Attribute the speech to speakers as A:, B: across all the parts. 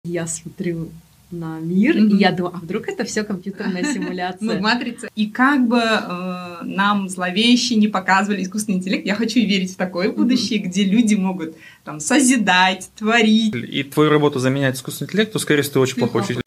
A: Я смотрю на мир, и я думаю, а вдруг это все компьютерная симуляция?
B: Матрица. И как бы нам зловеще не показывали искусственный интеллект, я хочу верить в такое будущее, где люди могут там созидать, творить.
C: И твою работу заменяет искусственный интеллект, то, скорее всего, ты очень плохой учитель.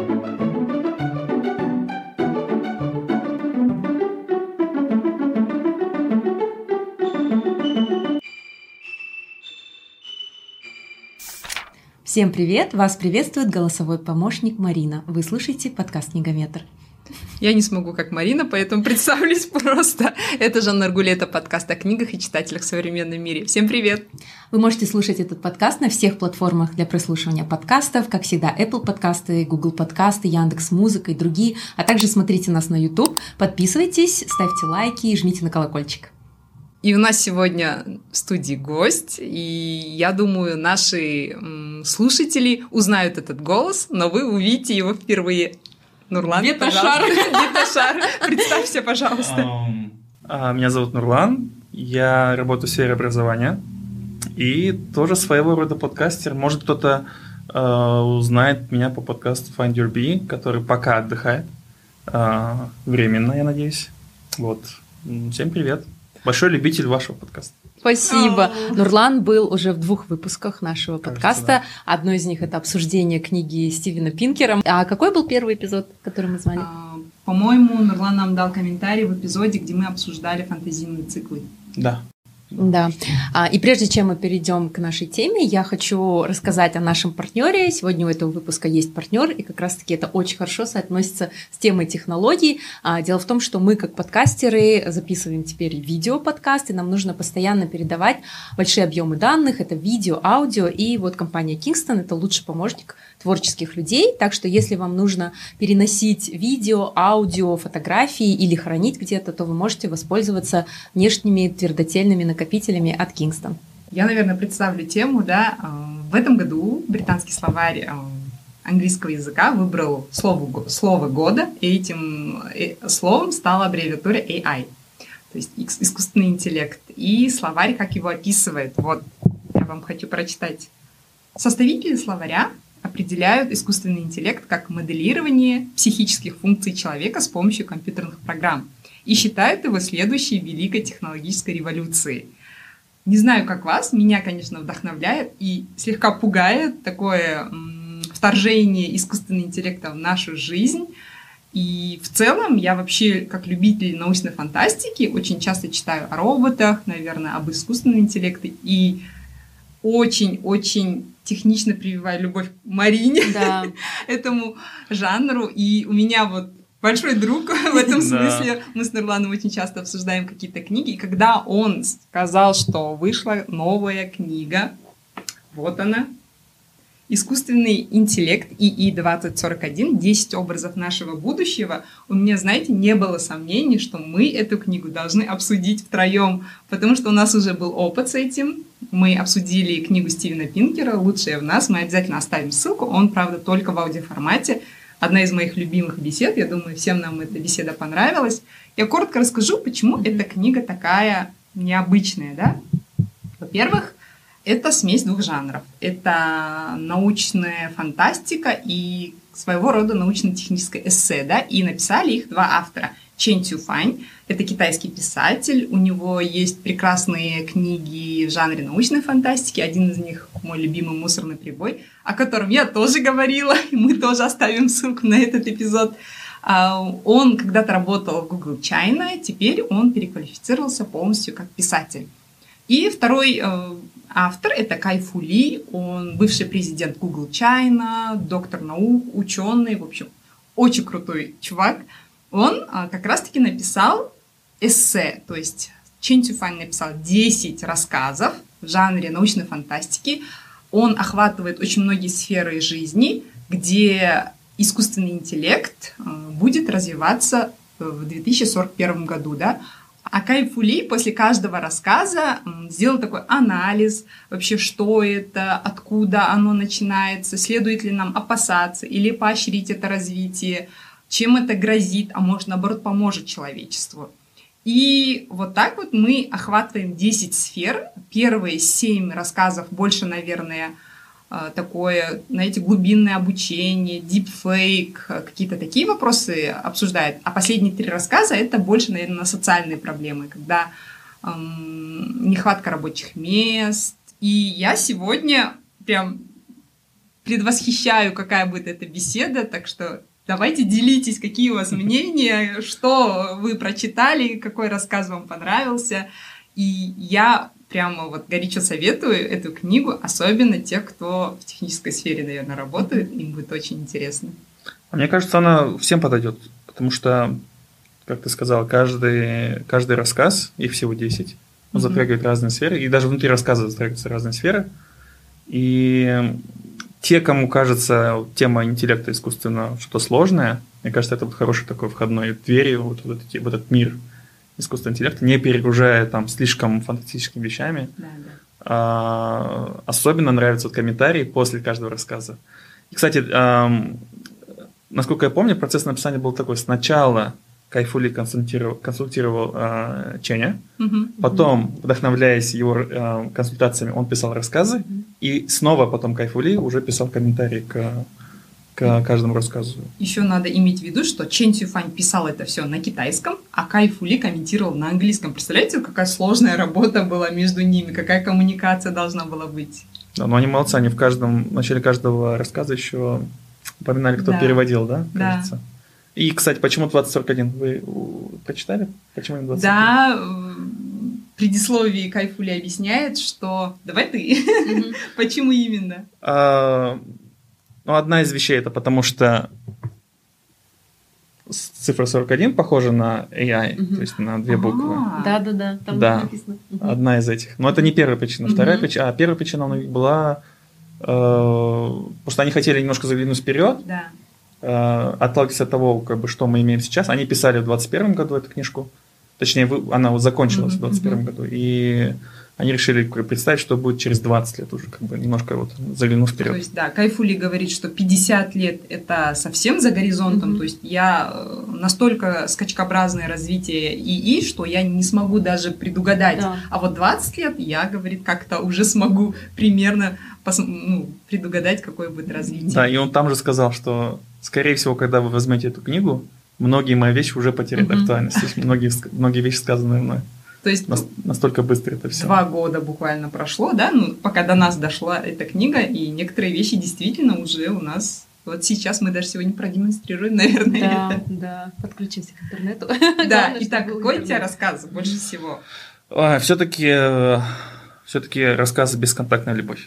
A: Всем привет! Вас приветствует голосовой помощник Марина. Вы слушаете подкаст «Книгометр».
B: Я не смогу, как Марина, поэтому представлюсь просто. Это Жанна Аргулета, подкаст о книгах и читателях в современном мире. Всем привет!
A: Вы можете слушать этот подкаст на всех платформах для прослушивания подкастов, как всегда, Apple подкасты, Google подкасты, Яндекс.Музыка и другие, а также смотрите нас на YouTube, подписывайтесь, ставьте лайки и жмите на колокольчик.
B: И у нас сегодня в студии гость, и я думаю, наши слушатели узнают этот голос, но вы увидите его впервые. Нурлан,
A: Беташар.
B: Представься, пожалуйста.
C: Меня зовут Нурлан, я работаю в сфере образования и тоже своего рода подкастер. Может, кто-то узнает меня по подкасту Find Your Bee, который пока отдыхает, временно, я надеюсь. Вот. Всем привет. Большой любитель вашего подкаста.
A: Спасибо. Нурлан был уже в 2 выпусках нашего подкаста.
C: Да.
A: Одно из них — это обсуждение книги Стивена Пинкера. А какой был первый эпизод, который мы звали?
B: По-моему, Нурлан нам дал комментарий в эпизоде, где мы обсуждали фантазийные циклы.
C: Да.
A: Да. И прежде чем мы перейдем к нашей теме, я хочу рассказать о нашем партнере. Сегодня у этого выпуска есть партнер, и как раз-таки это очень хорошо соотносится с темой технологий. Дело в том, что мы, как подкастеры, записываем теперь видео-подкасты, нам нужно постоянно передавать большие объемы данных, это видео, аудио, и вот компания Kingston — это лучший помощник творческих людей, так что если вам нужно переносить видео, аудио, фотографии или хранить где-то, то вы можете воспользоваться внешними твердотельными накопителями от Kingston.
B: Я, наверное, представлю тему, да. В этом году британский словарь английского языка выбрал слово года, и этим словом стала аббревиатура AI, то есть искусственный интеллект. И словарь, как его описывает, вот я вам хочу прочитать. Составители словаря определяют искусственный интеллект как моделирование психических функций человека с помощью компьютерных программ и считают его следующей великой технологической революцией. Не знаю, как вас, меня, конечно, вдохновляет и слегка пугает такое вторжение искусственного интеллекта в нашу жизнь. И в целом я вообще, как любитель научной фантастики, очень часто читаю о роботах, наверное, об искусственном интеллекте и очень-очень технично прививаю любовь к Марине,
A: Да.
B: этому жанру. И у меня вот большой друг в этом смысле. Мы с Нурланом очень часто обсуждаем какие-то книги. И когда он сказал, что вышла новая книга, вот она, «Искусственный интеллект ИИ 2041. 10 образов нашего будущего», у меня, знаете, не было сомнений, что мы эту книгу должны обсудить втроем, потому что у нас уже был опыт с этим. Мы обсудили книгу Стивена Пинкера «Лучшее в нас». Мы обязательно оставим ссылку. Он, правда, только в аудиоформате. Одна из моих любимых бесед. Я думаю, всем нам эта беседа понравилась. Я коротко расскажу, почему эта книга такая необычная. Да? Во-первых, это смесь 2 жанров. Это научная фантастика и своего рода научно-техническое эссе. Да? И написали их 2 автора. Чен Цюфань – это китайский писатель. У него есть прекрасные книги в жанре научной фантастики. Один из них – мой любимый «Мусорный прибой», о котором я тоже говорила, и мы тоже оставим ссылку на этот эпизод. Он когда-то работал в Google China, теперь он переквалифицировался полностью как писатель. И второй автор – это Кай Фу Ли. Он бывший президент Google China, доктор наук, ученый, в общем, очень крутой чувак. Он как раз-таки написал эссе, то есть Чен Цюфань написал 10 рассказов в жанре научной фантастики. Он охватывает очень многие сферы жизни, где искусственный интеллект будет развиваться в 2041 году. Да? А Кай Фу Ли после каждого рассказа сделал такой анализ, вообще что это, откуда оно начинается, следует ли нам опасаться или поощрить это развитие, чем это грозит, а может, наоборот, поможет человечеству. И вот так вот мы охватываем 10 сфер. Первые 7 рассказов больше, наверное, такое, знаете, глубинное обучение, дипфейк, какие-то такие вопросы обсуждает. А последние 3 рассказа это больше, наверное, на социальные проблемы, когда нехватка рабочих мест. И я сегодня прям предвосхищаю, какая будет эта беседа, так что давайте делитесь, какие у вас мнения, что вы прочитали, какой рассказ вам понравился. И я прямо вот горячо советую эту книгу, особенно тех, кто в технической сфере, наверное, работает, им будет очень интересно.
C: Мне кажется, она всем подойдет, потому что, как ты сказал, каждый рассказ, их всего 10, он затрагивает разные сферы, и даже внутри рассказа затрагиваются разные сферы. И те, кому кажется тема интеллекта искусственного что-то сложное, мне кажется, это вот хорошей такой входной дверью вот в этот мир искусственного интеллекта, не перегружая там слишком фантастическими вещами. Да. Особенно нравятся вот комментарии после каждого рассказа. И, кстати, насколько я помню, процесс написания был такой. Сначала Кайфу Ли консультировал Ченя, потом, вдохновляясь его консультациями, он писал рассказы, и снова потом Кайфу Ли уже писал комментарии к каждому рассказу.
B: Еще надо иметь в виду, что Чен Цюфань писал это все на китайском, а Кайфу Ли комментировал на английском. Представляете, какая сложная работа была между ними, какая коммуникация должна была быть?
C: Да, но они молодцы, они в начале каждого рассказа еще упоминали, кто переводил, да? Кажется. И, кстати, почему 2041? Вы прочитали? Почему именно 2041?
B: Да, в предисловии Кайфу Ли объясняет, что... Давай ты. Почему именно?
C: Одна из вещей это потому, что цифра 41 похожа на AI, то есть на 2 буквы.
A: Да, там написано.
C: Одна из этих. Но это не первая причина. Вторая причина, первая причина была, потому что они хотели немножко заглянуть вперед, отталкиваясь от того, что мы имеем сейчас. Они писали в 2021 году эту книжку, точнее, она закончилась в 2021 году, и они решили представить, что будет через 20 лет уже, немножко заглянув вперед.
B: То есть, да, Кайфу Ли говорит, что 50 лет – это совсем за горизонтом, то есть я настолько скачкообразное развитие ИИ, что я не смогу даже предугадать. Да. А вот 20 лет я, говорит, как-то уже смогу примерно предугадать, какое будет развитие.
C: Да, и он там же сказал, что, скорее всего, когда вы возьмете эту книгу, многие мои вещи уже потеряют актуальность, то есть многие вещи, сказанные мной.
B: То есть
C: настолько быстро это все.
B: 2 года буквально прошло, да, пока до нас дошла эта книга, и некоторые вещи действительно уже у нас. Вот сейчас мы даже сегодня продемонстрируем, наверное.
A: Да, подключимся к интернету.
B: Да, итак, какой у тебя рассказ больше всего?
C: Все-таки рассказ «Бесконтактная любовь».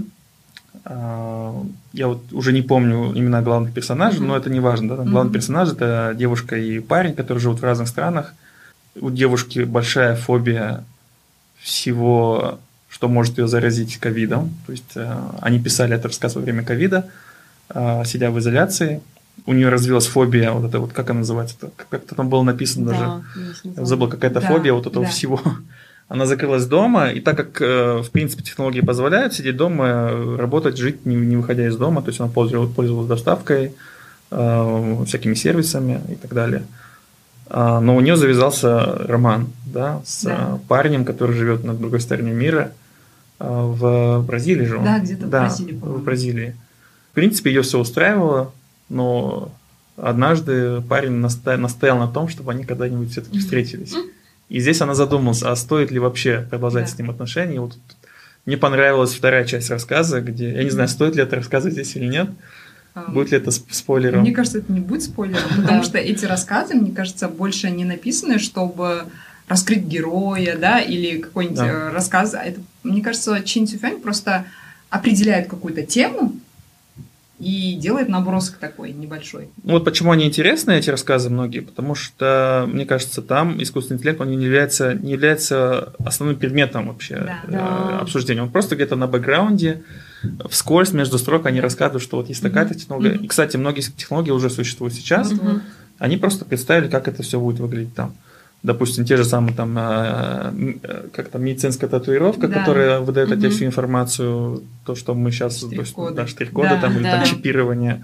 C: Я вот уже не помню имена главных персонажей, но это не важно. Да? Главный персонаж – это девушка и парень, которые живут в разных странах. У девушки большая фобия всего, что может ее заразить ковидом. То есть они писали этот рассказ во время ковида, сидя в изоляции. У нее развилась фобия, вот это вот, как она называется, как-то там было написано даже, я забыл, какая-то фобия вот этого всего. Она закрылась дома, и так как, в принципе, технологии позволяют сидеть дома, работать, жить, не выходя из дома, то есть она пользовалась доставкой, всякими сервисами и так далее. Но у нее завязался роман, с парнем, который живет на другой стороне мира, в Бразилии же он.
B: Да, где-то в Бразилии, по-моему.
C: В Бразилии. В принципе, ее все устраивало, но однажды парень настоял на том, чтобы они когда-нибудь все-таки встретились. И здесь она задумалась, а стоит ли вообще продолжать с ним отношения. Вот мне понравилась 2-я часть рассказа, где, я не знаю, стоит ли это рассказывать здесь или нет. Будет ли это спойлером?
B: Мне кажется, это не будет спойлером, потому что эти рассказы, мне кажется, больше не написаны, чтобы раскрыть героя, да, или какой-нибудь рассказ. Это, мне кажется, Чен Цюфань просто определяет какую-то тему и делает набросок такой небольшой.
C: Вот почему они интересны, эти рассказы многие, потому что, мне кажется, там искусственный интеллект, он не является основным предметом вообще обсуждения. Он просто где-то на бэкграунде, вскользь между строк они рассказывают, что вот есть такая технология. И, кстати, многие технологии уже существуют сейчас. Они просто представили, как это все будет выглядеть там. Допустим, те же самые там, как там медицинская татуировка, которая выдает от тебя всю информацию, то, что мы сейчас, штрих-коды там, или там чипирование.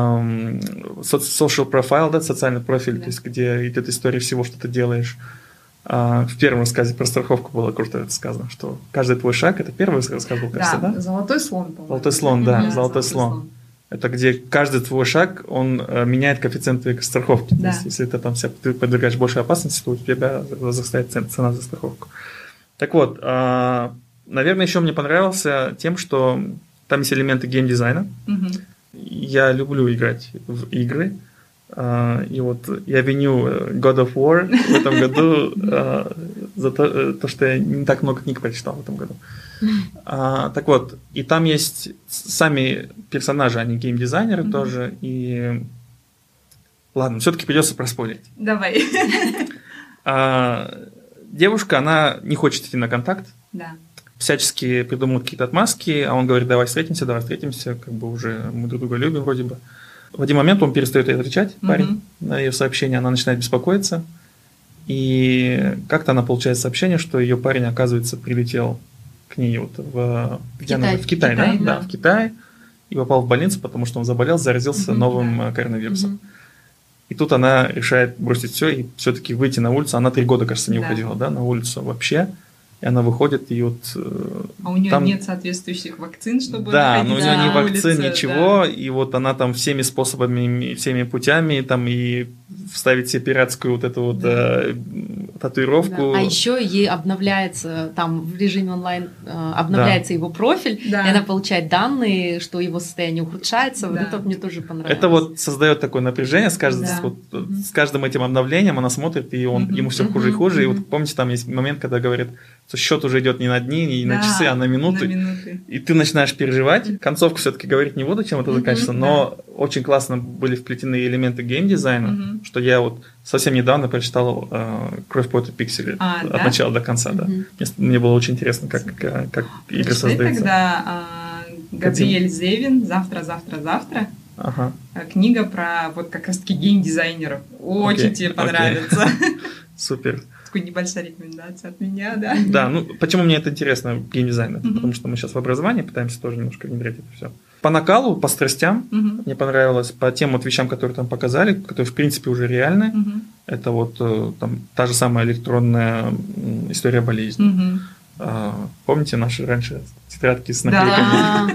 C: Social profile, социальный профиль, то есть где идет история всего, что ты делаешь. В первом рассказе про страховку было круто это сказано, что каждый твой шаг, это первый рассказ был, кажется, да?
B: «Золотой слон», по-моему.
C: «Золотой слон», да, «Золотой слон». Это где каждый твой шаг, он меняет коэффициент твоей страховки.
B: Да.
C: То есть, если ты там себя подвергаешь большей опасности, то у тебя возрастает цена за страховку. Так вот, наверное, еще мне понравился тем, что там есть элементы геймдизайна. Я люблю играть в игры. И вот я виню God of War в этом году за то, что я не так много книг прочитал в этом году. Так вот, и там есть сами персонажи, они геймдизайнеры тоже. И ладно, все-таки придется проспойлерить.
B: Давай.
C: Девушка, она не хочет идти на контакт.
B: Да.
C: Всячески придумывают какие-то отмазки, а он говорит, давай встретимся, как бы уже мы друг друга любим вроде бы. В один момент он перестает ей отвечать, парень, на ее сообщение, она начинает беспокоиться, и как-то она получает сообщение, что ее парень, оказывается, прилетел к ней вот в Китай, да, в Китай, и попал в больницу, потому что он заболел, заразился новым коронавирусом. И тут она решает бросить все и все-таки выйти на улицу. Она 3 года, кажется, не выходила, да, на улицу вообще. И она выходит, и вот...
B: А у нее там... нет соответствующих вакцин, чтобы
C: да, но у нее ни вакцин,
B: улице,
C: ничего, и вот она там всеми способами, всеми путями, там и вставить себе пиратскую вот эту вот татуировку.
A: Да. А еще ей обновляется, там в режиме онлайн обновляется его профиль, и она получает данные, что его состояние ухудшается, вот это мне тоже понравилось.
C: Это вот создает такое напряжение, с каждым этим обновлением она смотрит, и ему все хуже и хуже, и вот помните, там есть момент, когда говорит, что счет уже идет не на дни, не на часы, а на минуты. И ты начинаешь переживать. Концовку все-таки говорить не буду, чем это заканчивается, но очень классно были вплетены элементы геймдизайна, что я вот совсем недавно прочитал «Кровь, пот и пиксели» от начала до конца. Да. Мне было очень интересно, как игры создаются.
B: Тогда Габриэль Зевин «Завтра». Книга про вот как раз-таки геймдизайнеров. Очень тебе понравится.
C: Супер.
B: Такая небольшая рекомендация от меня, да?
C: Да, ну почему мне это интересно, геймдизайн? Потому что мы сейчас в образовании пытаемся тоже немножко внедрять это все. По накалу, по страстям мне понравилось, по тем вот вещам, которые там показали, которые в принципе уже реальны. Это вот там та же самая электронная история болезни. Помните наши раньше тетрадки с наклейками?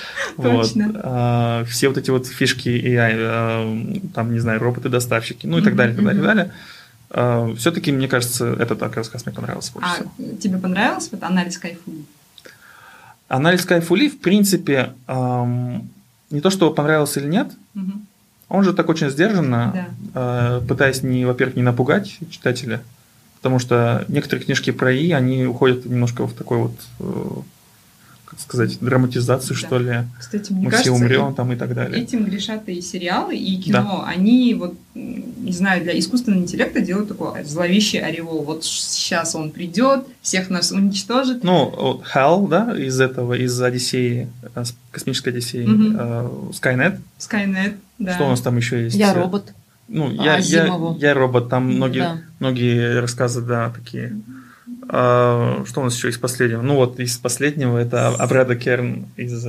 B: Точно.
C: Все вот эти вот фишки AI, там, не знаю, роботы-доставщики, ну и так далее, так далее, так далее. Все-таки, мне кажется, этот рассказ мне понравился больше всего.
B: Тебе понравился вот анализ Кайфули?
C: Анализ Кайфули, в принципе, не то, что понравился или нет, он же так очень сдержанно, пытаясь, во-первых, не напугать читателя, потому что некоторые книжки про ИИ, они уходят немножко в такой вот, как сказать, драматизацию, что ли.
B: Кстати, мне
C: мы
B: кажется,
C: все умрем там и так далее.
B: Этим грешат и сериалы, и кино. Они вот, не знаю, для искусственного интеллекта делают такой зловещий ореол. Вот сейчас он придет, всех нас уничтожит.
C: Ну, HAL, да, из Одиссеи, космической Одиссеи, Skynet.
B: Skynet, да.
C: Что у нас там еще есть?
A: Я робот.
C: Ну, я робот. Там многие рассказы, да, такие. Что у нас еще из последнего? Ну вот из последнего это Абрада Керн из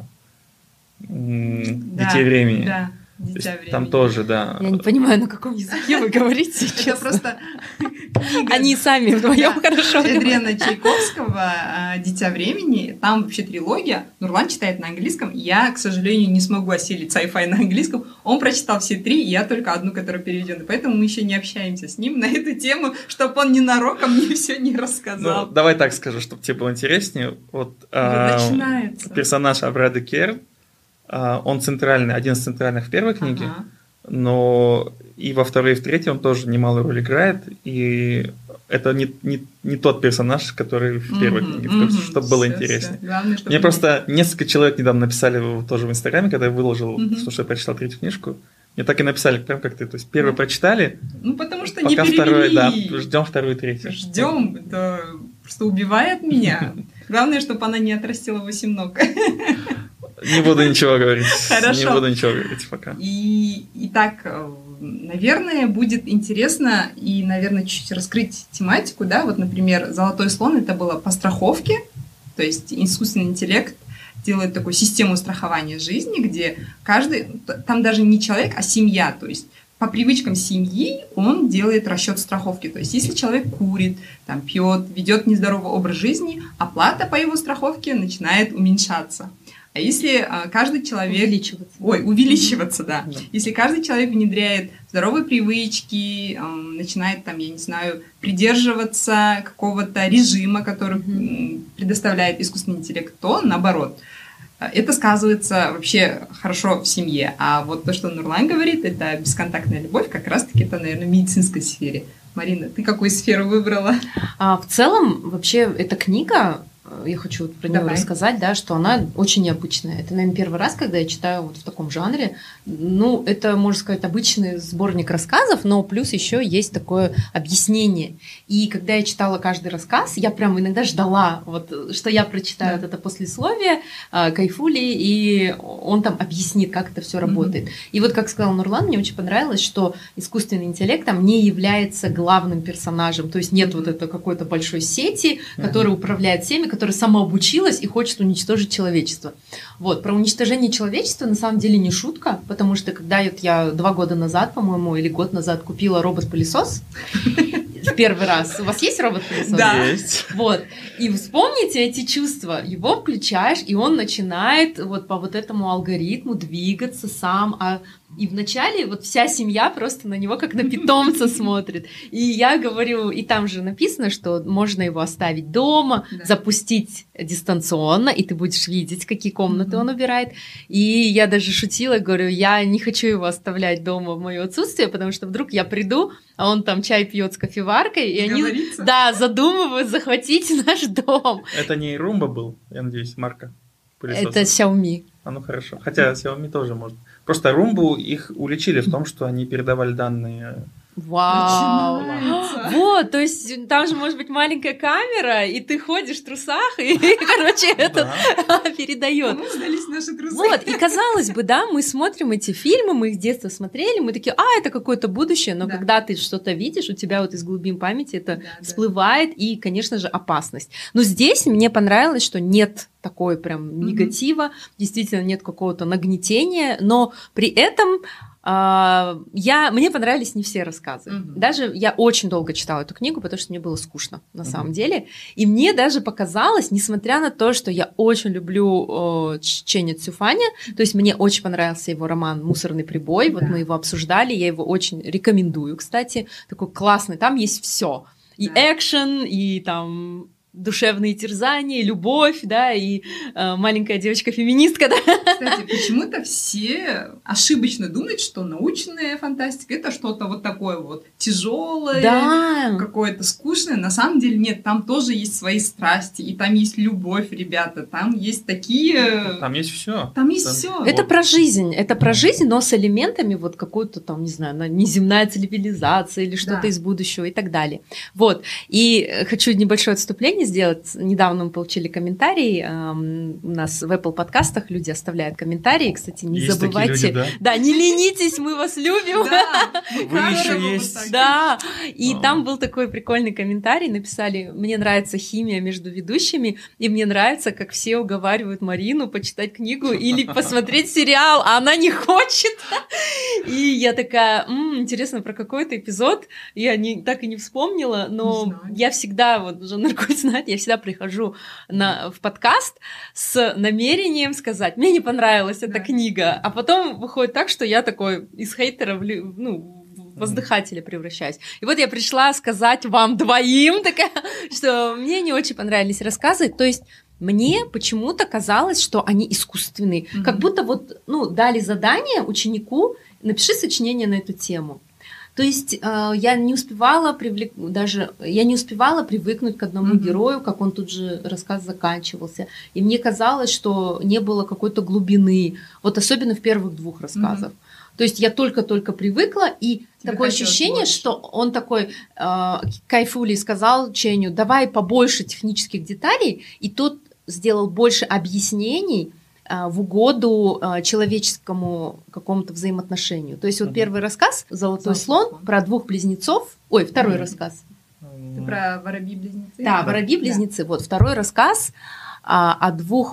C: «Детей времени».
B: Да, «Дитя времени».
C: Там тоже, да.
A: Я не понимаю, на каком языке вы говорите, честно.
B: Это просто книга...
A: Они сами вдвоем хорошо
B: Эдриана Чайковского «Дитя времени». Там вообще трилогия. Нурлан читает на английском. Я, к сожалению, не смогу осилить sci-fi на английском. Он прочитал все 3, и я только одну, которая переведена. Поэтому мы еще не общаемся с ним на эту тему, чтобы он ненароком мне все не рассказал.
C: Ну, давай так скажу, чтобы тебе было интереснее. Вот
B: начинается.
C: Персонаж Абрада Керн, он центральный, один из центральных в первой книге, но и во второй, и в третьей он тоже немалую роль играет, и это не тот персонаж, который в первой книге, чтобы было интереснее.
B: Главное,
C: мне просто несколько человек недавно написали тоже в Инстаграме, когда я выложил, что я прочитал 3-ю книжку, мне так и написали, прям как ты, то есть первый прочитали,
B: ну потому что
C: пока
B: не перевели.
C: Второй, да, ждем 2-ю и 3-ю.
B: Ждем, это просто убивает меня. Главное, чтобы она не отрастила 8 ног.
C: Не буду ничего говорить.
B: Хорошо.
C: Не буду ничего говорить пока.
B: Итак, наверное, будет интересно и, наверное, чуть-чуть раскрыть тематику, да, вот, например, «Золотой слон» это было по страховке, то есть искусственный интеллект делает такую систему страхования жизни, где каждый, там даже не человек, а семья, то есть по привычкам семьи он делает расчет страховки. То есть, если человек курит, там, пьет, ведет нездоровый образ жизни, оплата по его страховке начинает уменьшаться. А если каждый человек... Увеличиваться, да. Если каждый человек внедряет здоровые привычки, начинает, там, я не знаю, придерживаться какого-то режима, который предоставляет искусственный интеллект, то наоборот. Это сказывается вообще хорошо в семье. А вот то, что Нурлан говорит, это бесконтактная любовь, как раз-таки это, наверное, в медицинской сфере. Марина, ты какую сферу выбрала?
A: В целом, вообще, эта книга, я хочу про нее рассказать, да, что она очень необычная. Это, наверное, первый раз, когда я читаю вот в таком жанре. Ну, это, можно сказать, обычный сборник рассказов, но плюс еще есть такое объяснение. И когда я читала каждый рассказ, я прям иногда ждала, вот, что я прочитаю вот это послесловие Кайфули, и он там объяснит, как это все работает. И вот, как сказал Нурлан, мне очень понравилось, что искусственный интеллект там не является главным персонажем, то есть нет вот этой какой-то большой сети, которая управляет всеми, которая самообучилась и хочет уничтожить человечество. Вот. Про уничтожение человечества на самом деле не шутка, потому что когда я 2 года назад, по-моему, или год назад купила робот-пылесос, в первый раз. У вас есть робот-пылесос?
B: Да.
C: Есть.
A: Вот. И вспомните эти чувства. Его включаешь, и он начинает вот по вот этому алгоритму двигаться сам. И вначале вот вся семья просто на него как на питомца смотрит. И я говорю, и там же написано, что можно его оставить дома, запустить дистанционно, и ты будешь видеть, какие комнаты он убирает. И я даже шутила, говорю, я не хочу его оставлять дома в моё отсутствие, потому что вдруг я приду, а он там чай пьет с кофеваркой, и они задумывают захватить наш дом.
C: Это не Roomba был, я надеюсь, марка пылесоса?
A: Это Xiaomi.
C: Ну хорошо. Хотя Xiaomi тоже может. Просто Roomba их уличили в том, что они передавали данные.
A: Вау! Вот, то есть там же может быть маленькая камера, и ты ходишь в трусах, и, короче, это передает.
B: Кому сдались наши трусы?
A: Вот, и казалось бы, да, мы смотрим эти фильмы, мы их с детства смотрели, мы такие, это какое-то будущее, но когда ты что-то видишь, у тебя вот из глубин памяти это всплывает, и, конечно же, опасность. Но здесь мне понравилось, что нет такой прям негатива, действительно нет какого-то нагнетения, но при этом мне понравились не все рассказы. Даже я очень долго читала эту книгу, потому что мне было скучно на самом деле. И мне даже показалось, несмотря на то, что я очень люблю Ченя Цюфаня, то есть мне очень понравился его роман «Мусорный прибой», вот мы его обсуждали, я его очень рекомендую, кстати, такой классный, там есть все. И экшен, и там душевные терзания, любовь, да, и маленькая девочка-феминистка, да.
B: Кстати, почему-то все ошибочно думают, что научная фантастика — это что-то вот такое вот тяжелое, какое-то скучное. На самом деле нет, там тоже есть свои страсти, и там есть любовь, ребята, там есть такие...
C: Там есть все.
B: Там есть все.
A: Это про жизнь, но с элементами вот какой-то там, не знаю, неземная цивилизация или что-то из будущего и так далее. Вот, и хочу небольшое отступление сделать. Недавно мы получили комментарий. У нас в Apple подкастах люди оставляют комментарии. Кстати, не забывайте.
C: Такие люди,
A: да, не ленитесь, мы вас любим.
B: Да,
C: вы еще есть.
A: Да. И там был такой прикольный комментарий. Написали: мне нравится химия между ведущими, и мне нравится, как все уговаривают Марину почитать книгу или посмотреть сериал, а она не хочет. И я такая, интересно, про какой-то эпизод. Я так и не вспомнила, но я всегда, вот Жанна Ркуль знает, я всегда прихожу в подкаст с намерением сказать, мне не понравилась эта книга, а потом выходит так, что я такой из хейтера в воздыхателя превращаюсь. И вот я пришла сказать вам двоим, такая, что мне не очень понравились рассказы, то есть мне почему-то казалось, что они искусственные, как будто вот, дали задание ученику, напиши сочинение на эту тему. То есть я не успевала привыкнуть к одному герою, как он тут же рассказ заканчивался. И мне казалось, что не было какой-то глубины, вот особенно в первых 2 рассказах. То есть я только-только привыкла, и такое ощущение, что он такой, Кайфули сказал Ченю, давай побольше технических деталей, и тот сделал больше объяснений в угоду человеческому какому-то взаимоотношению. То есть вот первый рассказ «Золотой слон» про 2 близнецов, второй рассказ.
B: Ты про воробьи-близнецы?
A: Да, воробьи-близнецы. Вот второй рассказ о 2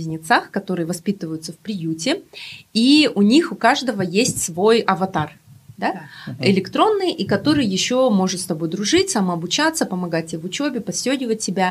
A: мальчиках-близнецах, которые воспитываются в приюте, и у них у каждого есть свой аватар. да? Электронный, и который еще может с тобой дружить, самообучаться, помогать тебе в учебе, подстегивать тебя.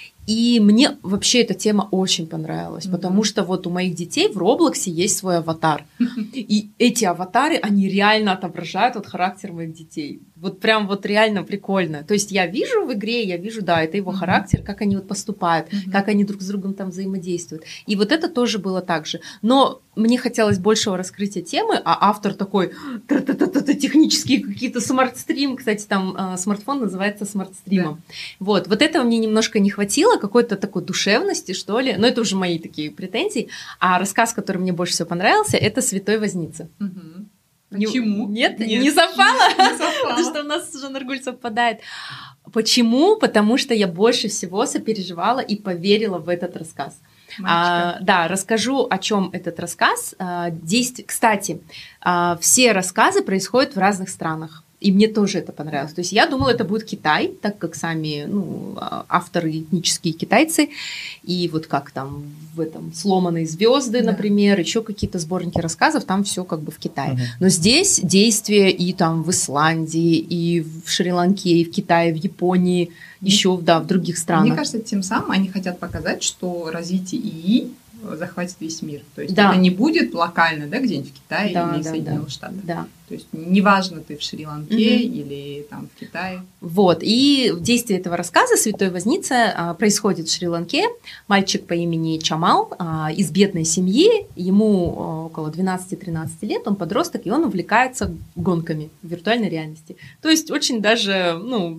A: И мне вообще эта тема очень понравилась, потому что вот у моих детей в Роблоксе есть свой аватар. И эти аватары, они реально отображают вот характер моих детей. Вот прям вот реально прикольно. То есть я вижу в игре, я вижу, да, это его характер, как они вот поступают, как они друг с другом там взаимодействуют. И вот это тоже было так же. Но мне хотелось большего раскрытия темы, а автор такой, технические какие-то смарт-стрим, кстати, там смартфон называется смарт-стримом. Да. Вот этого мне немножко не хватило, какой-то такой душевности, что ли. Но это уже мои такие претензии. А рассказ, который мне больше всего понравился, это «Святой Возница».
B: Почему?
A: Нет, не совпало? Потому что у нас Жанна Аргуль совпадает. Почему? Потому что я больше всего сопереживала и поверила в этот рассказ. Да, расскажу, о чем этот рассказ. Кстати, все рассказы происходят в разных странах. И мне тоже это понравилось. То есть я думала, это будет Китай, так как сами авторы этнические китайцы. И вот как там в этом «Сломанные звезды», например, еще какие-то сборники рассказов, там все как бы в Китае. Но здесь действие и там в Исландии, и в Шри-Ланке, и в Китае, в Японии, еще в других странах.
B: Мне кажется, тем самым они хотят показать, что развитие ИИ захватит весь мир. То есть это не будет локально, да, где-нибудь в Китае или в Соединенных Штатах.
A: Да.
B: То есть неважно, ты в Шри-Ланке или там в Китае.
A: Вот. И действие этого рассказа «Святой Возница» происходит в Шри-Ланке. Мальчик по имени Чамал из бедной семьи, ему около 12-13 лет, он подросток, и он увлекается гонками в виртуальной реальности. То есть очень даже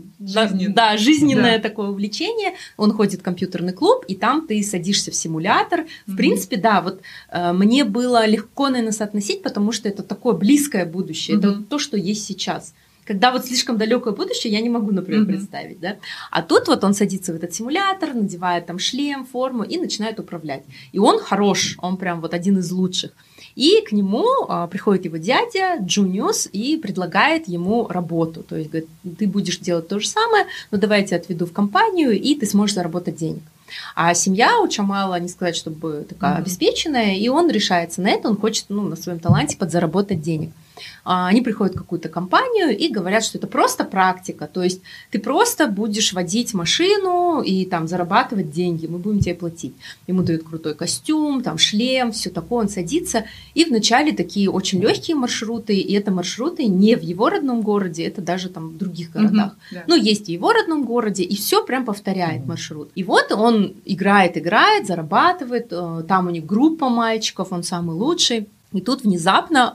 A: жизненное такое увлечение. Он ходит в компьютерный клуб, и там ты садишься в симулятор. В принципе, да, вот мне было легко, наверное, соотносить, потому что это такое близкое будущее. Это то, что есть сейчас. Когда вот слишком далекое будущее, я не могу, например, представить, да. А тут вот он садится в этот симулятор, надевает там шлем, форму и начинает управлять. И он хорош, он прям вот один из лучших. И к нему приходит его дядя Джуниус и предлагает ему работу. То есть говорит, ты будешь делать то же самое, но давай я тебя отведу в компанию, и ты сможешь заработать денег. А семья у Чамала, не сказать, чтобы такая обеспеченная, и он решается на это, он хочет на своем таланте подзаработать денег. Они приходят в какую-то компанию и говорят, что это просто практика, то есть ты просто будешь водить машину и там зарабатывать деньги, мы будем тебе платить. Ему дают крутой костюм, там шлем, все такое, он садится, и вначале такие очень легкие маршруты, и это маршруты не в его родном городе, это даже там в других городах. Но есть и в его родном городе, и все прям повторяет маршрут. И вот он играет, зарабатывает, там у них группа мальчиков, он самый лучший. И тут внезапно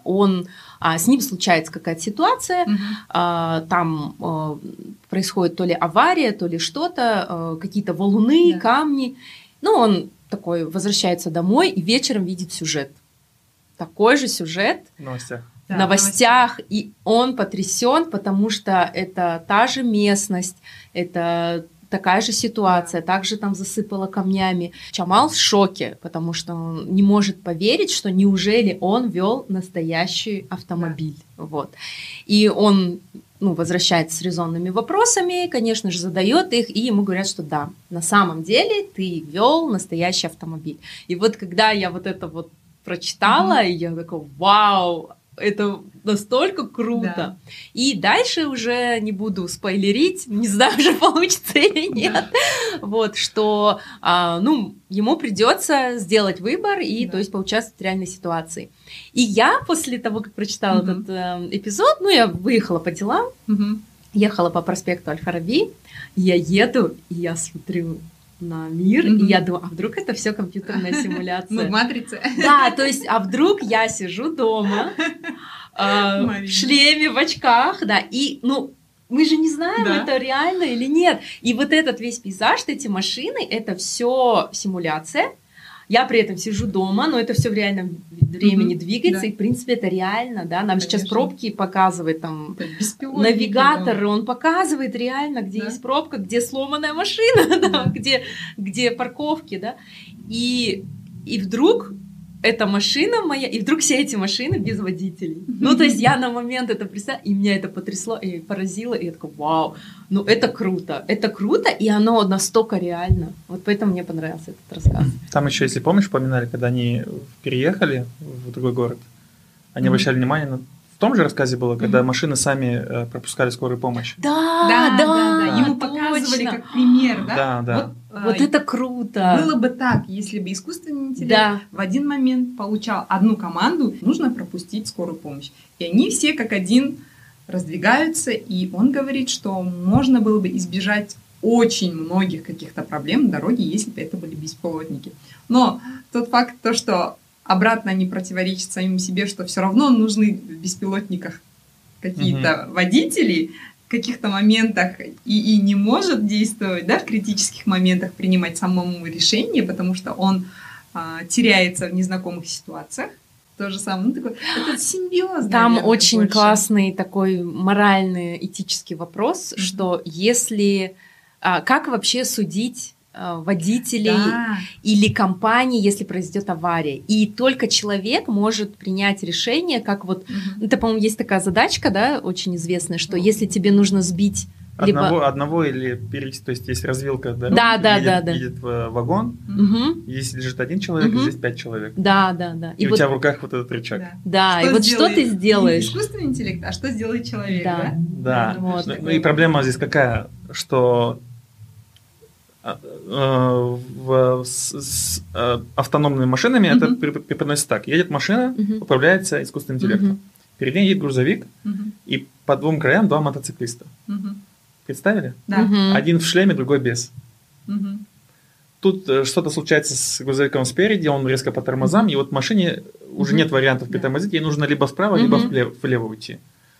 A: с ним случается какая-то ситуация, там происходит то ли авария, то ли что-то, какие-то валуны, камни. Он такой возвращается домой и вечером видит сюжет. Такой же сюжет в новостях. И он потрясен, потому что это та же местность, это такая же ситуация, также там засыпало камнями. Чамал в шоке, потому что он не может поверить, что неужели он вел настоящий автомобиль. Вот. И он возвращается с резонными вопросами, конечно же, задает их, и ему говорят, что да, на самом деле ты вел настоящий автомобиль. И вот когда я вот это вот прочитала, и я такая, вау, это настолько круто. Да. И дальше уже не буду спойлерить, не знаю, уже получится или нет. Вот, что ему придется сделать выбор и, то есть, поучаствовать в реальной ситуации. И я после того, как прочитала этот эпизод, я выехала по делам, ехала по проспекту Аль-Фараби, я еду, и я смотрю на мир, и я думаю, а вдруг это все компьютерная симуляция?
B: В матрице.
A: Да, то есть, а вдруг я сижу дома в шлеме, в очках, да, и, мы же не знаем, это реально или нет. И вот этот весь пейзаж, эти машины, это все симуляция. Я при этом сижу дома, но это все в реальном времени двигается, и, в принципе, это реально, да, нам сейчас пробки показывает, там, навигатор, он показывает реально, где есть пробка, где сломанная машина, где парковки, да, и вдруг эта машина моя, и вдруг все эти машины без водителей. То есть я на момент это представила, и меня это потрясло, и поразило, и я такая, вау, это круто, и оно настолько реально. Вот поэтому мне понравился этот рассказ.
C: Там еще, если помнишь, упоминали, когда они переехали в другой город, они обращали внимание на в том же рассказе было, когда машины сами пропускали скорую помощь.
A: Да.
B: Ему показывали как пример, да?
C: Да.
A: Вот это круто.
B: Было бы так, если бы искусственный интеллект в один момент получал одну команду, нужно пропустить скорую помощь. И они все как один раздвигаются, и он говорит, что можно было бы избежать очень многих каких-то проблем на дороге, если бы это были беспилотники. Но тот факт, что обратно не противоречит самим себе, что все равно нужны в беспилотниках какие-то водители, в каких-то моментах и не может действовать, да, в критических моментах принимать самому решение, потому что он теряется в незнакомых ситуациях. То же самое. Это симбиоз.
A: Там
B: наверное,
A: очень
B: больше.
A: классный такой моральный, этический вопрос, что если... Как вообще судить водителей или компании, если произойдет авария? И только человек может принять решение, как это, по-моему, есть такая задачка, да, очень известная, что если тебе нужно сбить
C: одного или перейти, то есть есть развилка дороги, едет вагон, если лежит один человек, здесь 5 человек.
A: Да.
C: И у тебя в руках вот этот рычаг.
A: Да, и вот что ты сделаешь?
B: Не искусственный интеллект, а что сделает человек,
C: да? Ну и проблема здесь какая, что с автономными машинами это преподносится так. Едет машина, управляется искусственным интеллектом. Перед ней едет грузовик, и по двум краям 2 мотоциклиста. Представили?
B: Да.
C: Один в шлеме, другой без. Тут что-то случается с грузовиком спереди, он резко по тормозам, и вот машине уже нет вариантов притормозить, ей нужно либо вправо, либо влево уйти.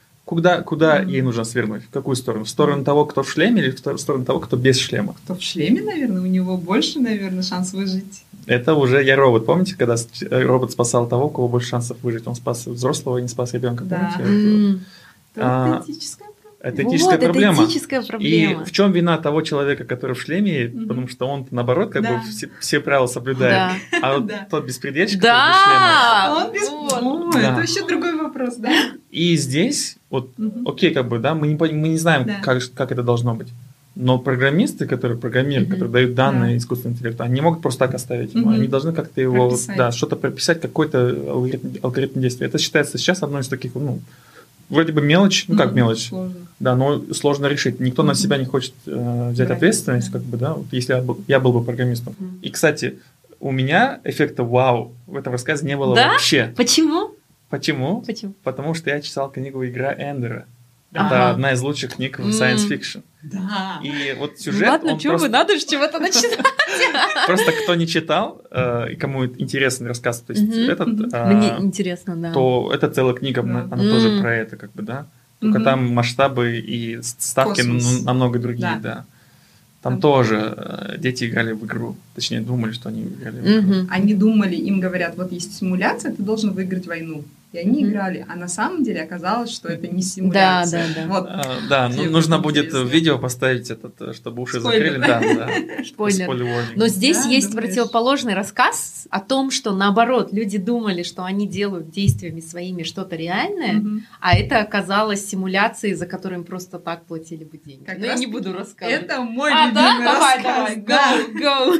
C: Куда ей нужно свернуть? В какую сторону? В сторону того, кто в шлеме, или в сторону того, кто без шлема?
B: Кто в шлеме, наверное, у него больше, наверное, шанс выжить.
C: Это уже «Я робот». Помните, когда робот спасал того, у кого больше шансов выжить? Он спас взрослого и не спас ребенка. Помните?
B: Это этическая проблема.
C: Это этическая проблема.
A: Это этическая проблема.
C: И в чем вина того человека, который в шлеме, потому что он, наоборот, как бы все правила соблюдает. А вот тот беспредельщик, который без шлема...
B: Это вообще другой вопрос, да?
C: И здесь, окей, как бы, да, мы не знаем, как это должно быть. Но программисты, которые программируют, которые дают данные искусственному интеллекту, они не могут просто так оставить его. Они должны как-то его, что-то прописать, какой-то алгоритм действия. Это считается сейчас одной из таких, вроде бы мелочь, как мелочь,
B: сложно.
C: Да, но сложно решить. Никто на себя не хочет взять ответственность, как бы, да, вот если я был бы программистом. И, кстати, у меня эффекта вау в этом рассказе не было вообще.
A: Почему?
C: Почему? Потому что я читал книгу «Игра Эндера». Это одна из лучших книг в science fiction.
B: Да.
C: И вот сюжет...
A: Ладно, что вы, надо же чего-то начинать.
C: Просто кто не читал, и кому интересен рассказ, то есть этот...
A: Мне интересно, да.
C: То это целая книга, она тоже про это, как бы, да. Только там масштабы и ставки намного другие, да. Там тоже дети играли в игру. Точнее, думали, что они играли в игру.
B: Они думали, им говорят, вот есть симуляция, ты должен выиграть войну. И они играли. А на самом деле оказалось, что это не симуляция.
C: Да, нужно будет видео поставить, чтобы уши закрыли. Да.
A: Спойлер. Но здесь есть противоположный рассказ о том, что наоборот, люди думали, что они делают действиями своими что-то реальное, а это оказалось симуляцией, за которую им просто так платили бы деньги. Но я не буду рассказывать.
B: Это мой любимый рассказ.
A: Go.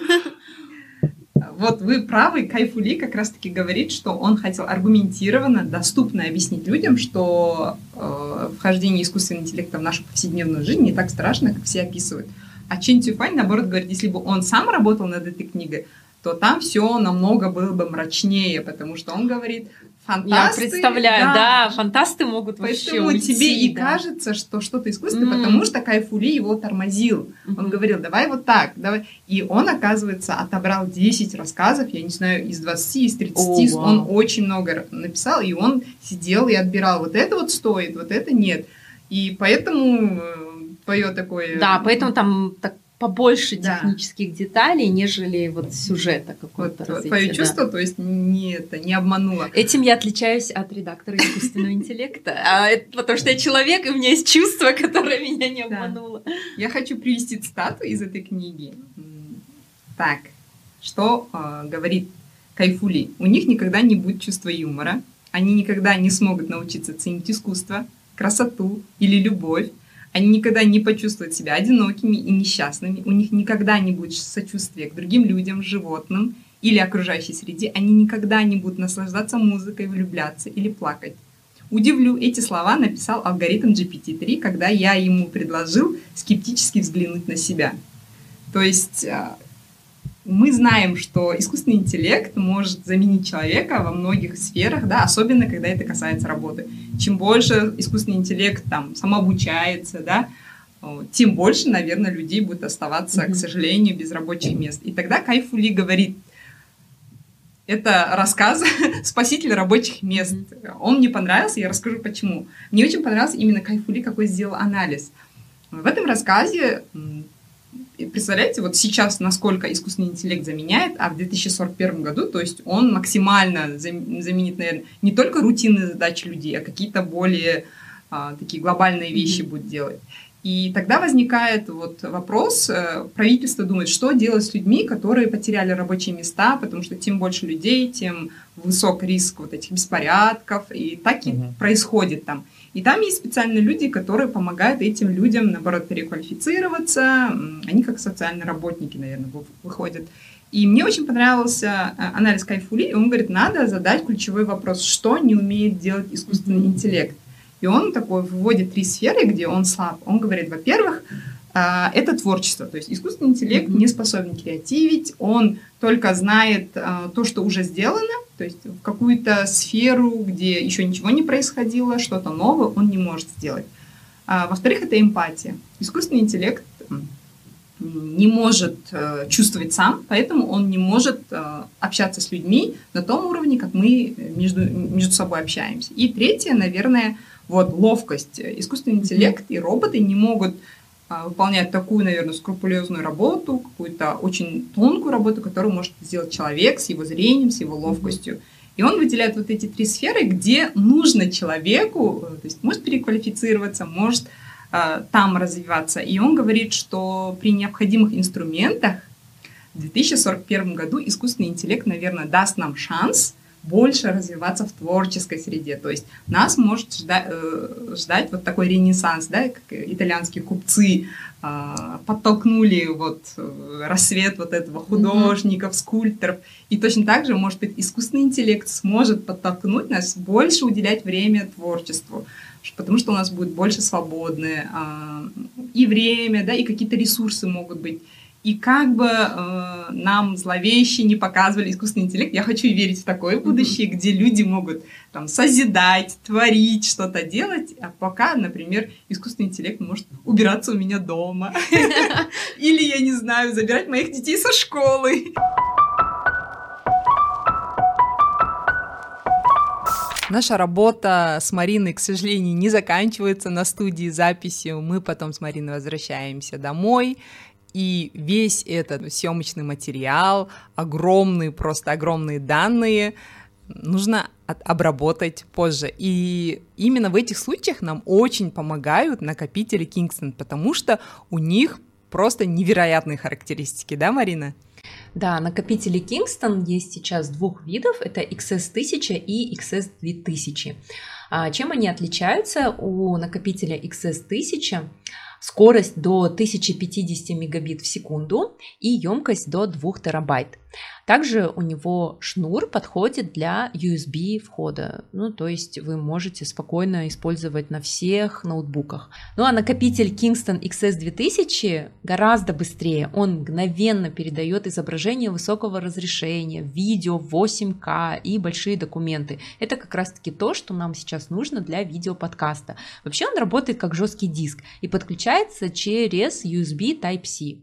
B: Вот вы правы, Кайфули как раз-таки говорит, что он хотел аргументированно, доступно объяснить людям, что вхождение искусственного интеллекта в нашу повседневную жизнь не так страшно, как все описывают. А Чен Цюфань, наоборот, говорит, если бы он сам работал над этой книгой, то там все намного было бы мрачнее, потому что он говорит, фантасты...
A: Я представляю, да, фантасты могут вообще
B: уйти. Поэтому тебе и
A: да.
B: кажется, что что-то искусственное, потому что Кайфули его тормозил. Он говорил, давай вот так, давай. И он, оказывается, отобрал 10 рассказов, я не знаю, из 20, из 30, он очень много написал, и он сидел и отбирал, вот это вот стоит, вот это нет. И поэтому твое такое...
A: Да, поэтому там так побольше технических деталей, нежели вот сюжета какого-то развития.
B: Твое чувство, то есть не обмануло.
A: Этим я отличаюсь от редактора искусственного интеллекта, потому что я человек, и у меня есть чувство, которое меня не обмануло.
B: Я хочу привести цитату из этой книги. Так, что говорит Кайфули? У них никогда не будет чувства юмора, они никогда не смогут научиться ценить искусство, красоту или любовь, они никогда не почувствуют себя одинокими и несчастными, у них никогда не будет сочувствия к другим людям, животным или окружающей среде, они никогда не будут наслаждаться музыкой, влюбляться или плакать. Удивлю, эти слова написал алгоритм GPT-3, когда я ему предложил скептически взглянуть на себя. То есть мы знаем, что искусственный интеллект может заменить человека во многих сферах, да, особенно когда это касается работы. Чем больше искусственный интеллект там самообучается, да, тем больше, наверное, людей будет оставаться, к сожалению, без рабочих мест. И тогда Кай-Фу Ли говорит, это рассказ «Спаситель рабочих мест». Он мне понравился, я расскажу почему. Мне очень понравился именно Кай-Фу Ли, какой сделал анализ. В этом рассказе, представляете, вот сейчас насколько искусственный интеллект заменяет, а в 2041 году, то есть он максимально заменит, наверное, не только рутинные задачи людей, а какие-то более такие глобальные вещи будет делать. И тогда возникает вот вопрос, правительство думает, что делать с людьми, которые потеряли рабочие места, потому что тем больше людей, тем высок риск вот этих беспорядков, и так и происходит там. И там есть специальные люди, которые помогают этим людям, наоборот, переквалифицироваться, они как социальные работники, наверное, выходят. И мне очень понравился анализ Кай-Фу Ли, и он говорит, надо задать ключевой вопрос, что не умеет делать искусственный интеллект. И он такой выводит 3 сферы, где он слаб. Он говорит, во-первых, это творчество. То есть искусственный интеллект не способен креативить, он только знает то, что уже сделано, то есть в какую-то сферу, где еще ничего не происходило, что-то новое он не может сделать. Во-вторых, это эмпатия. Искусственный интеллект не может чувствовать сам, поэтому он не может общаться с людьми на том уровне, как мы между собой общаемся. И третье, наверное, вот ловкость. Искусственный интеллект и роботы не могут выполнять такую, наверное, скрупулезную работу, какую-то очень тонкую работу, которую может сделать человек с его зрением, с его ловкостью. И он выделяет вот эти 3 сферы, где нужно человеку, то есть может переквалифицироваться, может там развиваться. И он говорит, что при необходимых инструментах в 2041 году искусственный интеллект, наверное, даст нам шанс больше развиваться в творческой среде. То есть нас может ждать вот такой ренессанс, да, как итальянские купцы подтолкнули вот рассвет вот этого художников, скульпторов. И точно так же, может быть, искусственный интеллект сможет подтолкнуть нас больше уделять время творчеству, потому что у нас будет больше свободное и время, да, и какие-то ресурсы могут быть. И как бы нам зловеще не показывали искусственный интеллект, я хочу верить в такое будущее, где люди могут там созидать, творить, что-то делать, а пока, например, искусственный интеллект может убираться у меня дома. Или, я не знаю, забирать моих детей со школы. Наша работа с Мариной, к сожалению, не заканчивается на студии записи. Мы потом с Мариной возвращаемся домой. И весь этот съемочный материал, просто огромные данные, нужно обработать позже. И именно в этих случаях нам очень помогают накопители Kingston, потому что у них просто невероятные характеристики, да, Марина?
A: Да, накопители Kingston есть сейчас 2 видов, это XS1000 и XS2000. Чем они отличаются? У накопителя XS1000 скорость до 1050 мегабит в секунду и емкость до 2 терабайт. Также у него шнур подходит для USB входа, то есть вы можете спокойно использовать на всех ноутбуках. А накопитель Kingston XS2000 гораздо быстрее, он мгновенно передает изображение высокого разрешения, видео в 8К и большие документы. Это как раз-таки то, что нам сейчас нужно для видеоподкаста. Вообще он работает как жесткий диск и подключается через USB Type-C.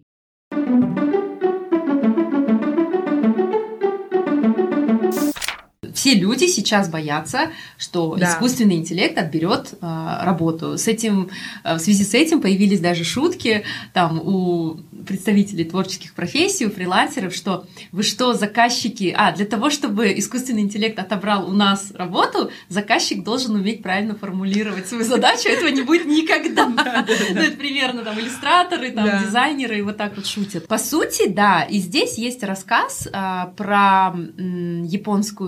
A: Все люди сейчас боятся, что искусственный интеллект отберет работу. В связи с этим появились даже шутки там у представителей творческих профессий, у фрилансеров, что вы что, заказчики... для того, чтобы искусственный интеллект отобрал у нас работу, заказчик должен уметь правильно формулировать свою задачу, этого не будет никогда. Это примерно иллюстраторы, дизайнеры вот так вот шутят. По сути, да, и здесь есть рассказ про японскую девушку,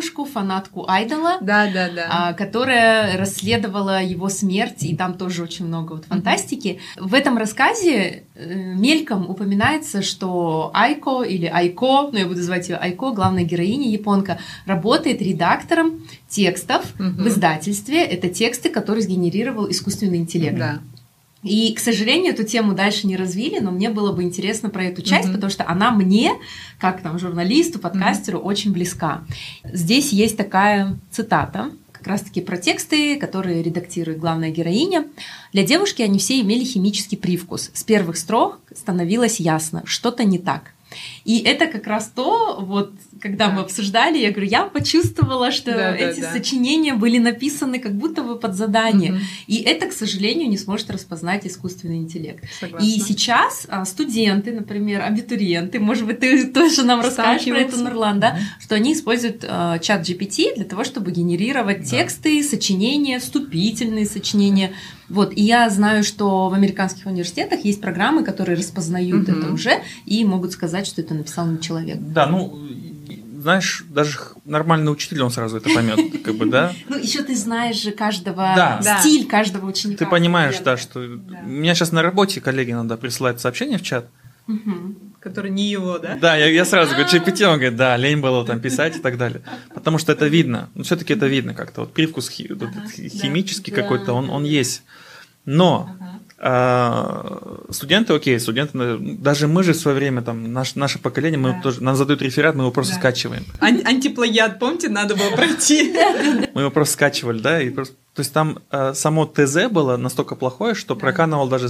A: девушку, фанатку Айдола,
B: Да.
A: которая расследовала его смерть, и там тоже очень много вот фантастики. В этом рассказе мельком упоминается, что Айко или Айко, я буду звать ее Айко, главная героиня, японка, работает редактором текстов в издательстве. Это тексты, которые сгенерировал искусственный интеллект.
B: Да.
A: И, к сожалению, эту тему дальше не развили, но мне было бы интересно про эту часть, потому что она мне, как там журналисту, подкастеру, очень близка. Здесь есть такая цитата, как раз-таки про тексты, которые редактирует главная героиня. Для девушки они все имели химический привкус. С первых строк становилось ясно, что-то не так. И это как раз то, вот, когда мы обсуждали, я говорю, я почувствовала, что эти сочинения были написаны как будто бы под задание. И это, к сожалению, не сможет распознать искусственный интеллект.
B: Согласна.
A: И сейчас студенты, например, абитуриенты, может быть, ты тоже нам расскажешь про это, Нурлан, да, что они используют чат GPT для того, чтобы генерировать тексты, сочинения, вступительные сочинения. Вот, и я знаю, что в американских университетах есть программы, которые распознают это уже и могут сказать, что это написал не человек.
C: Да, знаешь, даже нормальный учитель, он сразу это поймет, как бы, да.
A: Ну, еще ты знаешь же стиль каждого ученика.
C: Ты понимаешь, да, что у меня сейчас на работе коллеге надо присылать сообщение в чат.
B: Который не его, да?
C: Да, я сразу говорю, GPT, он говорит, да, лень было там писать и так далее. Потому что это видно, все-таки это видно как-то, вот привкус химический какой-то, он есть. Но студенты, даже мы же в свое время, там, наше поколение, мы тоже, нам задают реферат, мы его просто скачиваем.
B: Антиплагиат, помните, надо было пройти.
C: Мы его просто скачивали, да, и просто, то есть там само ТЗ было настолько плохое, что проканывал даже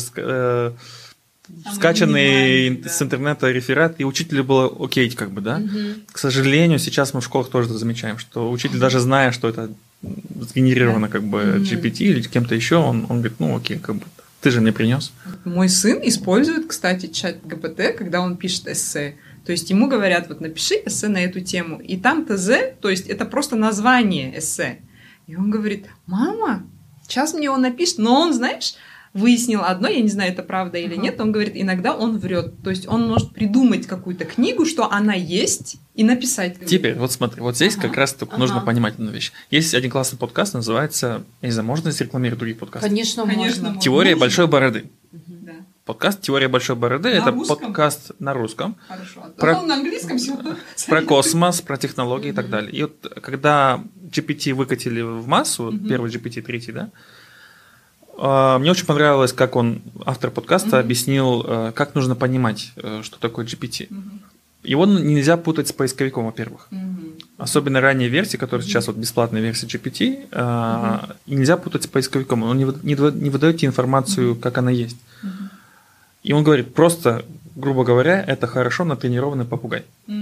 C: скачанный с интернета реферат, и учителю было окей, как бы, да. К сожалению, сейчас мы в школах тоже замечаем, что учитель, даже зная, что это сгенерировано как бы GPT или кем-то еще, он говорит, окей, как бы, ты же мне принес.
B: Мой сын использует, кстати, чат ГПТ, когда он пишет эссе. То есть ему говорят, вот напиши эссе на эту тему, и там ТЗ, то есть это просто название эссе. И он говорит, мама, сейчас мне он напишет, но он, знаешь, выяснил одно, я не знаю, это правда или нет, он говорит, иногда он врет. То есть он может придумать какую-то книгу, что она есть, и написать.
C: Теперь, вот смотри, вот здесь как раз нужно понимать одну вещь. Есть один классный подкаст, называется, я не знаю, можно здесь рекламировать другие подкасты?
A: Конечно, можно.
C: «Теория большой бороды». Подкаст «Теория большой бороды» — это подкаст на русском.
B: Хорошо. А на английском сегодня.
C: Про космос, про технологии и так далее. И вот когда GPT выкатили в массу, первый GPT, третий, да, мне очень понравилось, как он, автор подкаста, объяснил, как нужно понимать, что такое GPT. Его нельзя путать с поисковиком, во-первых. Особенно ранние версии, которые сейчас вот бесплатная версия GPT, нельзя путать с поисковиком. Он не выдает тебе информацию, как она есть. И он говорит, просто, грубо говоря, это хорошо натренированный попугай.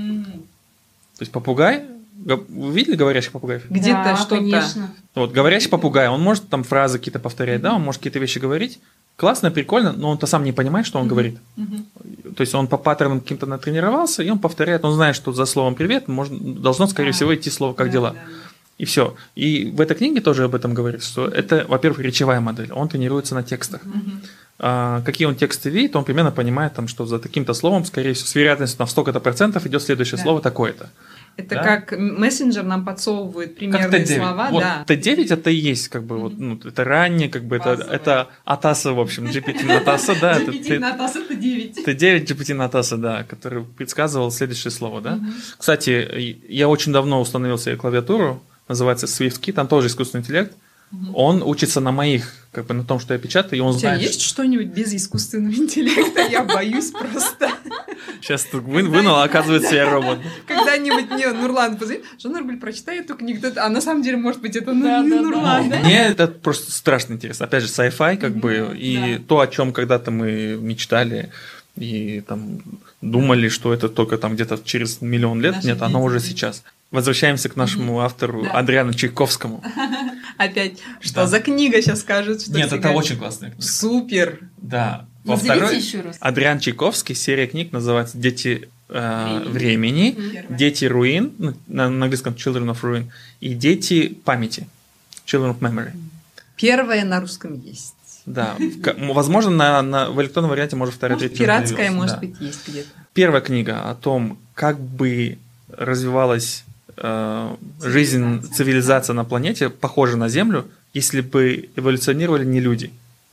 C: То есть попугай, вы видели говорящих попугаев?
B: Где-то что-то.
A: Конечно.
C: Вот, говорящий попугай, он может там фразы какие-то повторять, да, он может какие-то вещи говорить. Классно, прикольно, но он-то сам не понимает, что он говорит. То есть он по паттернам каким-то натренировался, и он повторяет, он знает, что за словом «привет» должно, скорее всего, идти слово «как дела». И все. И в этой книге тоже об этом говорится, что это, во-первых, речевая модель, он тренируется на текстах. Какие он тексты видит, он примерно понимает, там, что за таким-то словом, скорее всего, с вероятностью на столько-то процентов идет следующее слово такое-то.
B: Это как мессенджер нам подсовывает примерные слова.
C: Вот Т9 это и есть, как бы, это раннее, как бы, это Атаса, в общем, GPT Натаса, да.
B: GPT Натаса Т9.
C: Т9 GPT Натаса, да, который предсказывал следующее слово, да. Кстати, я очень давно установил себе клавиатуру, называется SwiftKey, там тоже искусственный интеллект. Он учится на моих, как бы на том, что я печатаю, и он знает.
B: У тебя есть что-нибудь без искусственного интеллекта? Я боюсь просто.
C: Сейчас тут вынул, а оказывается, я робот.
B: Когда-нибудь мне Нурлан позвонит, что, Нургуль, прочитай эту книгу, а на самом деле, может быть, это Нурлан, да?
C: Мне это просто страшно интересно. Опять же, sci-fi, как бы, и то, о чем когда-то мы мечтали, и там думали, что это только там где-то через миллион лет. Нет, оно уже сейчас. Возвращаемся к нашему автору Адриану Чайковскому.
B: Опять, что за книга сейчас скажут?
C: Нет, это очень классная книга.
B: Супер!
C: Да. Во второй, Адриан Чайковский, серия книг называется «Дети времени», «Дети руин», на английском «Children of Ruin», и «Дети памяти», «Children of Memory».
B: Первая на русском есть.
C: Да, возможно, в электронном варианте, может, вторая, третья.
B: Пиратская, может быть, есть где-то.
C: Первая книга о том, как бы развивалась жизнь, цивилизация на планете похожа на Землю, если бы эволюционировали не люди,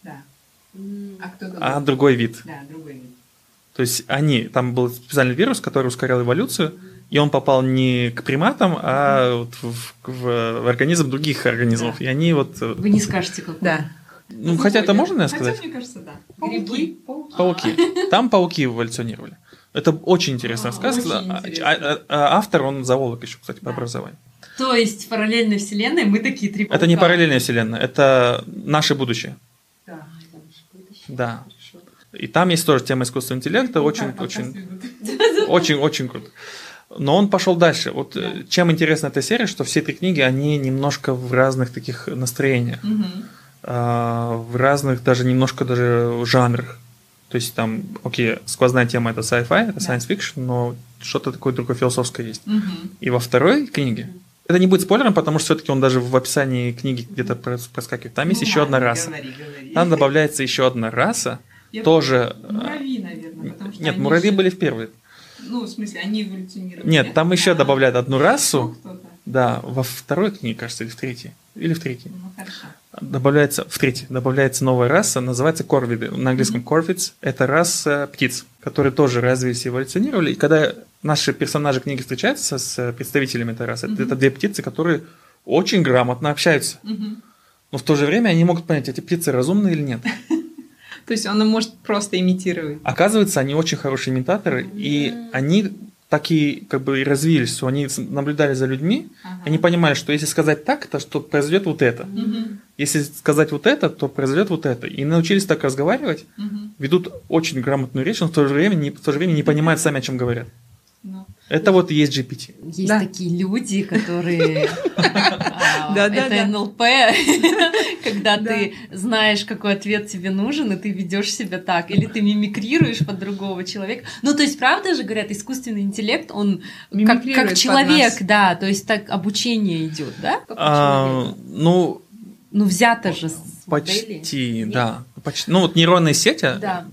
B: а
C: другой вид.
B: Да, другой вид.
C: То есть там был специальный вирус, который ускорял эволюцию, и он попал не к приматам, а вот в организм других организмов.
B: Да.
C: И они вот...
A: Вы не скажете, какой.
B: Да.
C: Ну, хотя это можно, наверное, сказать?
B: Хотя, мне кажется, да.
A: Грибы?
C: Пауки. Там пауки эволюционировали. Это очень интересный рассказ. Автор, он зоолог еще, кстати, по образованию.
A: То есть в параллельной вселенной мы такие три паука.
C: Это не параллельная вселенная, это наше будущее.
A: Да.
C: Да. И там есть тоже тема искусственного интеллекта, очень круто. Но он пошел дальше. Вот чем интересна эта серия, что все три книги, они немножко в разных таких настроениях, в разных даже немножко даже жанрах. То есть там, сквозная тема это sci-fi, это science fiction, но что-то такое другое философское есть. И во второй книге, это не будет спойлером, потому что все-таки он даже в описании книги где-то проскакивает. Там есть еще одна раса.
B: Говори.
C: Там добавляется еще одна раса. Тоже...
B: Муравьи, наверное. Потому что
C: Нет, муравьи были в первой.
B: Ну, в смысле, они эволюционировали.
C: Нет, там еще добавляют одну расу.
B: Кто-то.
C: Да, во второй книге, кажется, или в третьей. Или в третьей.
B: Ну, хорошо.
C: Добавляется новая раса, называется корвиды. На английском corvids. Это раса птиц, которые тоже развились и эволюционировали. И когда наши персонажи книги встречаются с представителями этой расы, это две птицы, которые очень грамотно общаются. Но в то же время они могут понять, эти птицы разумные или нет.
B: То есть он может просто имитировать.
C: Оказывается, они очень хорошие имитаторы, и они такие как бы и развились, что они наблюдали за людьми, они понимали, что если сказать так, то что произойдет вот это. Если сказать вот это, то произойдет вот это. И научились так разговаривать, ведут очень грамотную речь, но в то же время не понимают сами, о чем говорят. Это вот и есть GPT.
A: Есть такие люди, которые... Это НЛП, когда ты знаешь, какой ответ тебе нужен, и ты ведешь себя так. Или ты мимикрируешь под другого человека. Ну, то есть, правда же, говорят, искусственный интеллект, он как человек, да, то есть так обучение идет, да?
C: Ну,
A: взято же.
C: Почти, да. Ну, вот нейронные сети,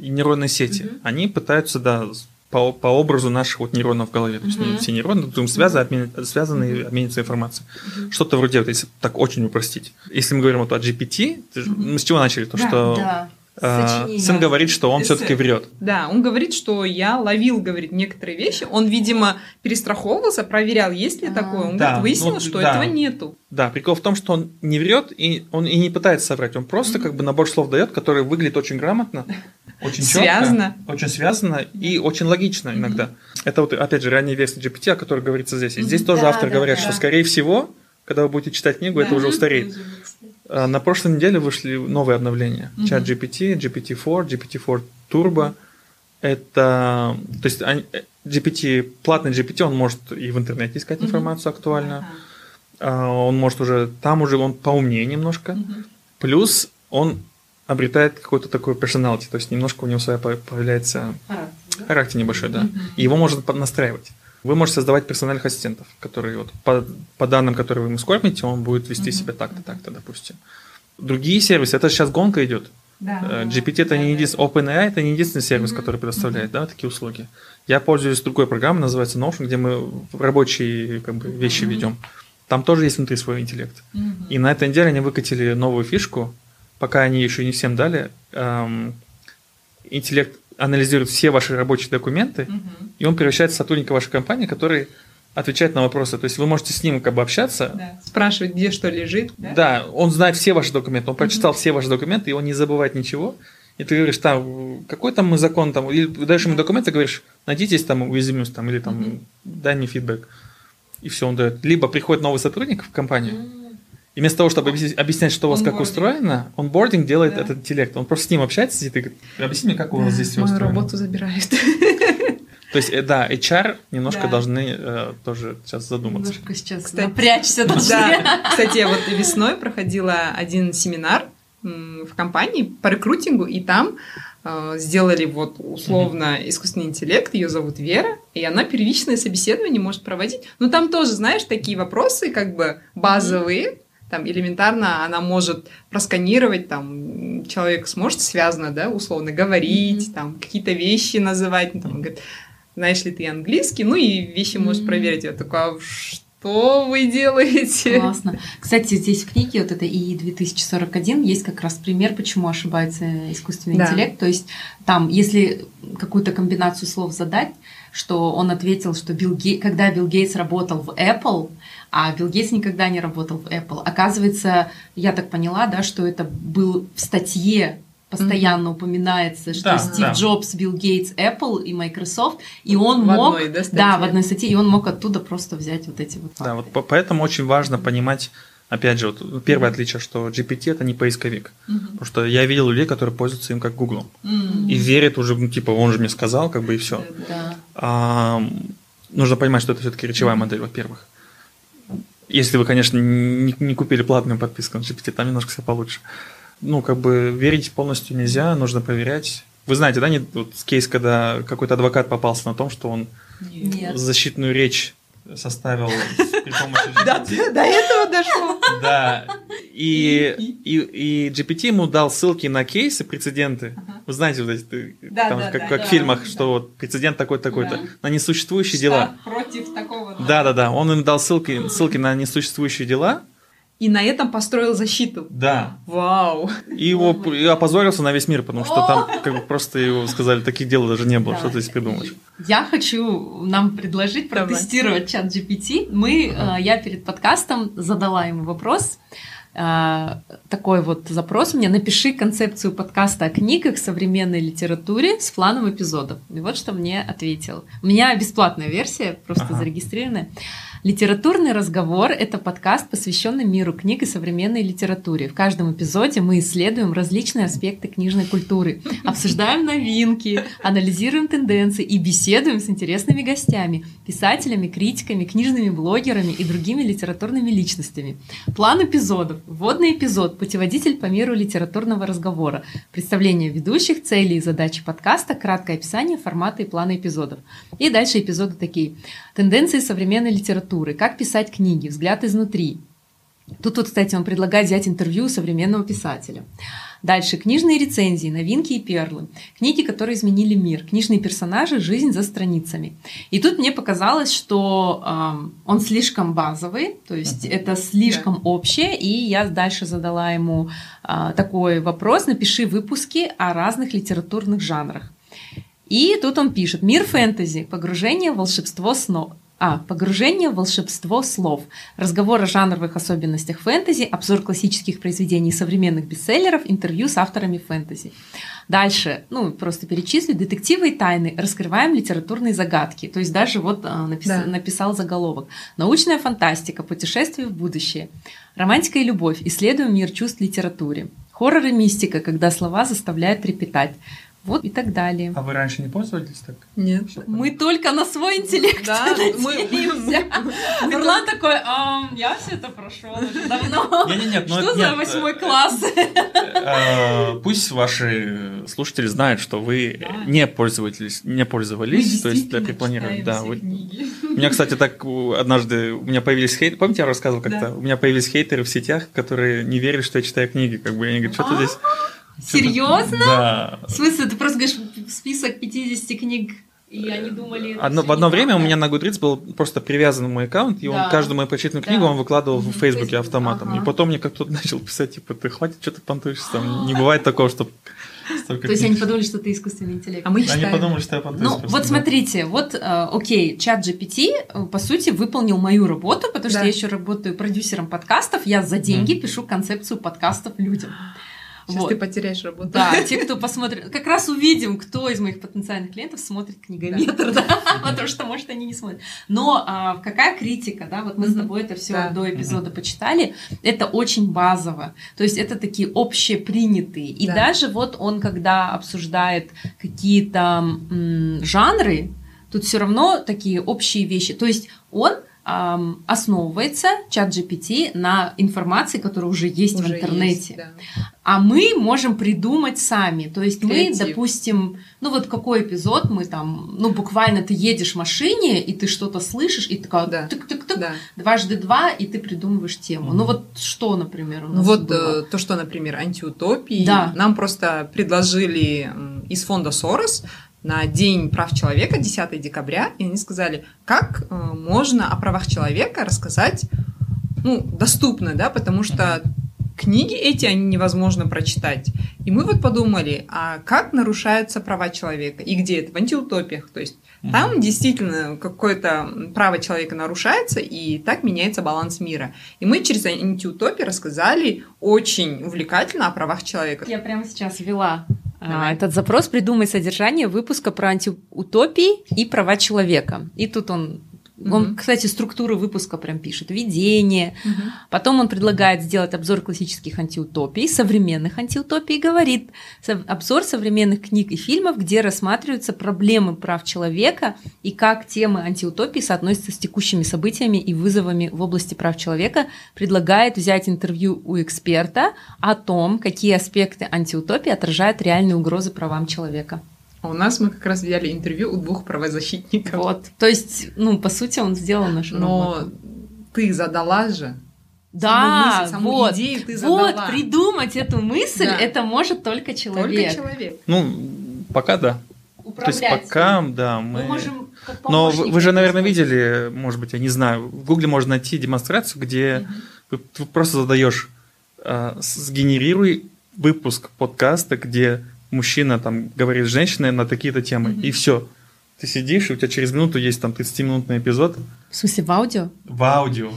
C: они пытаются, по образу наших вот нейронов в голове. То есть все нейроны друг с другом связаны и обмениваются информацией. Что-то вроде, если так очень упростить. Если мы говорим о GPT, мы с чего начали? То, что сын говорит, что он все-таки врет.
B: Да, он говорит, что я ловил, говорит, некоторые вещи. Он, видимо, перестраховывался, проверял, есть ли такое. Он говорит, выяснил, что этого нету. Да,
C: прикол в том, что он не врет, и он и не пытается соврать. Он просто как бы набор слов дает, который выглядит очень грамотно, очень четко, очень связано и очень логично иногда. Это вот, опять же, ранняя версия GPT, о которой говорится здесь. И здесь тоже авторы говорят, что, скорее всего, когда вы будете читать книгу, это уже устареет. На прошлой неделе вышли новые обновления. ChatGPT, GPT-4, GPT-4 Turbo. Это, то есть GPT, платный GPT, он может и в интернете искать информацию актуальную. Он может там уже он поумнее немножко. Плюс он обретает какой-то такой персоналити, то есть немножко у него своя появляется характер небольшой, да. И его можно настраивать. Вы можете создавать персональных ассистентов, которые вот по данным, которые вы ему скормите, он будет вести себя так-то, так-то, допустим. Другие сервисы, это сейчас гонка идет. GPT это не единственный, OpenAI это не единственный сервис, который предоставляет, такие услуги. Я пользуюсь другой программой, называется Notion, где мы рабочие вещи ведем. Там тоже есть внутри свой интеллект. И на этой неделе они выкатили новую фишку, пока они еще не всем дали. Интеллект анализирует все ваши рабочие документы, и он превращается в сотрудника вашей компании, который отвечает на вопросы. То есть вы можете с ним общаться.
B: Спрашивать, где что лежит.
C: Да, он знает все ваши документы, он прочитал все ваши документы, и он не забывает ничего. И ты говоришь, какой там закон, или даешь ему документы, говоришь, найдите здесь уязвимость, или дай мне фидбэк. И все, он дает. Либо приходит новый сотрудник в компанию, и вместо того, чтобы объяснять, что у вас как устроено, онбординг делает этот интеллект. Он просто с ним общается, и говорит, объясни мне, как у вас здесь все устроено.
B: Мою работу забирает.
C: То есть, HR немножко должны тоже сейчас задуматься.
A: Немножко сейчас напрячься должны.
B: Да. Кстати, вот весной проходила один семинар в компании по рекрутингу, и там сделали вот условно искусственный интеллект, ее зовут Вера, и она первичное собеседование может проводить. Но там тоже, знаешь, такие вопросы как бы базовые, там элементарно она может просканировать, там человек сможет связно, условно говорить, там какие-то вещи называть, там, говорит, знаешь ли ты английский, и вещи может проверить. Я такая, что вы делаете?
A: Классно. Кстати, здесь в книге вот это ИИ 2041 есть как раз пример, почему ошибается искусственный интеллект. То есть там, если какую-то комбинацию слов задать, что он ответил, что когда Билл Гейтс работал в Apple, а Билл Гейтс никогда не работал в Apple. Оказывается, я так поняла, да, что это был в статье постоянно упоминается, что Стив Джобс, Билл Гейтс, Apple и Microsoft, и он мог... в одной статье, и он мог оттуда просто взять вот эти вот...
C: Да, вот поэтому очень важно понимать, опять же, вот первое отличие, что GPT – это не поисковик. Потому что я видел людей, которые пользуются им как Google. И верят уже, он же мне сказал, и все. Нужно понимать, что это все-таки речевая модель, во-первых. Если вы, конечно, не купили платную подписку на GPT, там немножко все получше. Верить полностью нельзя, нужно проверять. Вы знаете, да, кейс, когда какой-то адвокат попался на том, что он защитную речь составил при помощи GPT.
B: До этого дошло.
C: Да. И GPT ему дал ссылки на кейсы, прецеденты. Вы знаете, вот эти, как в фильмах, что вот прецедент такой-то, на несуществующие дела.
B: Против такого.
C: Да. Он им дал ссылки на несуществующие дела.
B: И на этом построил защиту.
C: Да.
B: Вау.
C: И опозорился на весь мир, потому что там просто его сказали, таких дел даже не было, что ты здесь придумаешь.
A: Я хочу нам предложить протестировать чат GPT. Я перед подкастом задала ему вопрос, такой вот запрос мне: напиши концепцию подкаста о книгах, современной литературе с планом эпизодов. И вот что мне ответил. У меня бесплатная версия, просто зарегистрированная. Литературный разговор – это подкаст, посвященный миру книг и современной литературе. В каждом эпизоде мы исследуем различные аспекты книжной культуры, обсуждаем новинки, анализируем тенденции и беседуем с интересными гостями, писателями, критиками, книжными блогерами и другими литературными личностями. План эпизодов. Вводный эпизод – путеводитель по миру литературного разговора, представление ведущих, цели и задачи подкаста, краткое описание формата и плана эпизодов. И дальше эпизоды такие. Тенденции современной литературы, как писать книги, взгляд изнутри. Тут вот, кстати, он предлагает взять интервью у современного писателя. Дальше книжные рецензии, новинки и перлы. Книги, которые изменили мир. Книжные персонажи, жизнь за страницами. И тут мне показалось, что он слишком базовый, то есть это слишком общее. И я дальше задала ему такой вопрос: напиши выпуски о разных литературных жанрах. И тут он пишет: мир фэнтези, погружение в волшебство снов. Погружение в волшебство слов. Разговор о жанровых особенностях фэнтези, обзор классических произведений современных бестселлеров, интервью с авторами фэнтези. Дальше, просто перечислю: детективы и тайны, раскрываем литературные загадки. То есть даже вот написал заголовок. Научная фантастика, путешествие в будущее. Романтика и любовь, исследуем мир чувств в литературе. Хоррор и мистика, когда слова заставляют трепетать. Вот и так далее.
C: А вы раньше не пользовались так?
B: Нет.
A: Мы только на свой интеллект надеемся. Нурлан такой: я все это прошел уже давно. Что за 8 класс?
C: Пусть ваши слушатели знают, что вы не пользовались, то есть для планирования. Да, у меня, кстати, так однажды у меня появились хейтеры. Помните, я рассказывал как-то? У меня появились хейтеры в сетях, которые не верили, что я читаю книги. Они говорят: что ты здесь...
A: Серьезно?
C: Да.
A: В смысле, ты просто говоришь список 50 книг, и они думали...
C: В одно время у меня на Goodreads был просто привязан мой аккаунт, и он каждую мою прочитанную книгу он выкладывал в Фейсбуке автоматом. И потом мне как-то начал писать, ты хватит, что ты понтуешься, там не бывает такого, что...
A: То есть они подумали, что ты искусственный интеллект.
B: А мы читаем.
C: Они подумали, что я понтуюсь.
A: Вот смотрите, окей, чат GPT, по сути, выполнил мою работу, потому что я еще работаю продюсером подкастов, я за деньги пишу концепцию подкастов людям.
B: Сейчас ты потеряешь работу.
A: Да, те, кто посмотрит... Как раз увидим, кто из моих потенциальных клиентов смотрит книгометр, потому что, может, они не смотрят. Но какая критика, да? Вот мы с тобой это все до эпизода почитали. Это очень базово. То есть это такие общепринятые. И даже вот он, когда обсуждает какие-то жанры, тут все равно такие общие вещи. То есть он основывается, чат GPT, на информации, которая уже есть в интернете. А мы можем придумать сами. То есть мы, допустим, какой эпизод мы там, буквально ты едешь в машине, и ты что-то слышишь, и такая тык-тык-тык, 2x2, и ты придумываешь тему. Что, например, у нас было?
B: То, что, например, антиутопии, нам просто предложили из фонда Сорос на День прав человека, 10 декабря, и они сказали, как можно о правах человека рассказать, ну, доступно, да, потому что книги эти, они невозможно прочитать. И мы вот подумали, а как нарушаются права человека? И где это? В антиутопиях. То есть там действительно какое-то право человека нарушается, и так меняется баланс мира. И мы через антиутопии рассказали очень увлекательно о правах человека.
A: Я прямо сейчас ввела этот запрос «Придумай содержание выпуска про антиутопии и права человека». И тут он, кстати, структуру выпуска прям пишет, введение. Потом он предлагает сделать обзор классических антиутопий, современных антиутопий, и говорит обзор современных книг и фильмов, где рассматриваются проблемы прав человека и как темы антиутопии соотносятся с текущими событиями и вызовами в области прав человека. Предлагает взять интервью у эксперта о том, какие аспекты антиутопии отражают реальные угрозы правам человека.
B: А у нас мы как раз взяли интервью у 2 правозащитников.
A: Вот, то есть, ну, по сути, он сделал нашу работу.
B: Но ты задала же.
A: Да,
B: саму
A: вот,
B: идею ты задала.
A: Вот, придумать эту мысль,
B: Да.
A: это может только человек.
B: Только человек.
C: Ну, пока да.
A: Управлять.
C: То есть пока, да, мы
A: можем как
C: Но
A: помощники
C: вы же, наверное,
A: использовать.
C: видели, может быть, я не знаю, в Гугле можно найти демонстрацию, где ты просто задаешь, сгенерируй выпуск подкаста, где мужчина там говорит с женщиной на такие-то темы, и все. Ты сидишь, и у тебя через минуту есть там 30-минутный эпизод.
A: В смысле, в аудио?
C: В аудио.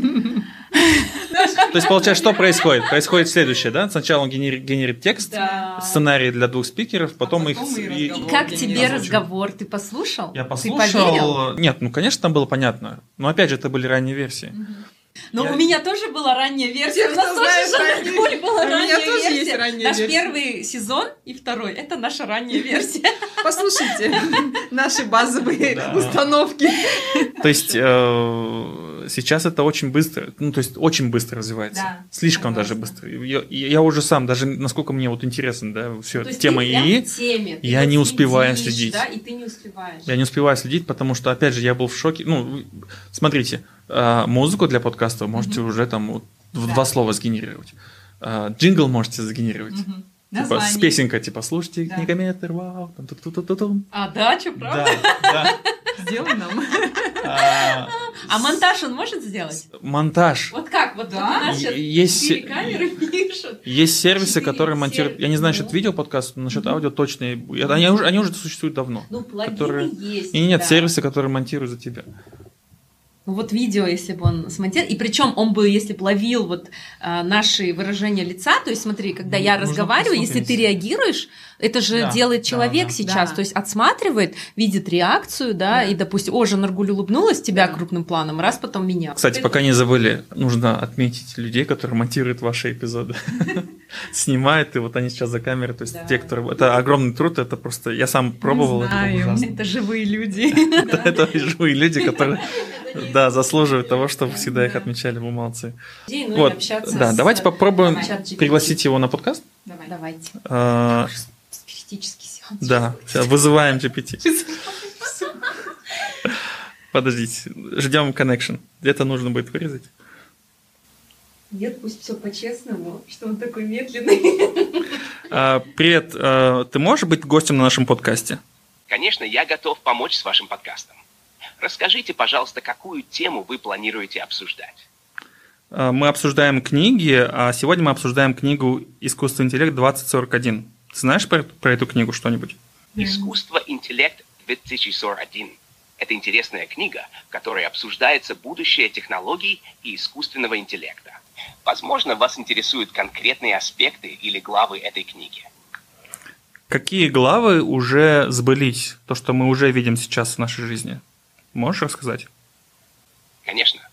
C: То есть, получается, что происходит? Происходит следующее, да? Сначала он генерит текст, сценарий для 2 спикеров, потом их...
A: И как тебе разговор? Ты послушал?
C: Я
A: Ты поверил?
C: послушал. Нет, ну, конечно, там было понятно. Но, опять же, это были ранние версии.
A: Но у меня тоже была ранняя версия. У нас тоже с Жанной была ранняя версия.
B: У меня тоже есть ранняя
A: Наш
B: версия.
A: первый сезон и второй — это наша ранняя версия.
B: Послушайте наши базовые установки.
C: То есть сейчас это очень быстро, ну, то есть очень быстро развивается.
A: Да,
C: Слишком
A: согласна.
C: даже быстро. Я уже сам, даже насколько мне вот интересно, да, все
A: То есть
C: тема
A: ты прям
C: ИИ,
A: в теме, ты
C: я
A: вот
C: не успеваю
A: следишь,
C: следить.
A: Да, и ты не успеваешь.
C: Я не успеваю следить, потому что, опять же, я был в шоке. Ну, смотрите, музыку для подкаста вы можете уже там вот в 2 слова сгенерировать. Джингл можете сгенерировать. Типа с песенкой, типа, слушайте, книгометр, вау, там, ту-ту-ту-ту-тум.
A: А, да, что, правда?
C: Да.
B: Сделай нам.
A: А монтаж он может сделать?
C: Монтаж.
A: Вот как? Вот
B: Да.
A: у нас сейчас
C: Есть
A: 4 камеры пишут.
C: Есть сервисы,
A: 4
C: которые монтируют. Я не знаю насчет видеоподкаста, но насчет аудио точно. Они уже существуют давно.
A: Ну, плагины
C: которые...
A: есть.
C: И нет,
A: да.
C: сервисы, которые монтируют за тебя.
A: Ну, вот видео, если бы он смонтировал, и причем он бы, если бы ловил вот наши выражения лица, то есть смотри, когда я
C: Можно
A: разговариваю, если
C: посмотреть.
A: ты реагируешь, это же
C: Да,
A: делает человек
C: да.
A: сейчас,
B: Да.
A: то есть отсматривает, видит реакцию, да, и, допустим, о, Жанаргуль улыбнулась, тебя крупным планом, раз, потом меня.
C: Кстати, пока не забыли, нужно отметить людей, которые монтируют ваши эпизоды. Снимают, и вот они сейчас за камерой. То есть те, которые... Это огромный труд, это просто... Я сам пробовал, это было
B: знаю.
C: ужасно.
A: Это живые люди.
C: Это живые люди, которые, да, заслуживают того, чтобы всегда их отмечали, вы молодцы.
A: Ну и
C: Вот,
A: общаться
C: да,
A: с
C: давайте попробуем
A: чат-GPT.
C: пригласить его на подкаст.
A: Давайте.
C: А,
A: Спиритический сеанс.
C: Да, сейчас вызываем GPT. Подождите, ждем connection. Где-то нужно будет вырезать.
A: Нет, пусть все по-честному, что он такой медленный.
C: Привет, ты можешь быть гостем на нашем подкасте?
D: Конечно, я готов помочь с вашим подкастом. Расскажите, пожалуйста, какую тему вы планируете обсуждать?
C: Мы обсуждаем книги, а сегодня мы обсуждаем книгу «Искусственный интеллект 2041». Ты знаешь про эту книгу что-нибудь?
D: «Искусство интеллект 2041». Это интересная книга, в которой обсуждается будущее технологий и искусственного интеллекта. Возможно, вас интересуют конкретные аспекты или главы этой книги.
C: Какие главы уже сбылись? То, что мы уже видим сейчас в нашей жизни. Можешь рассказать?
D: Конечно.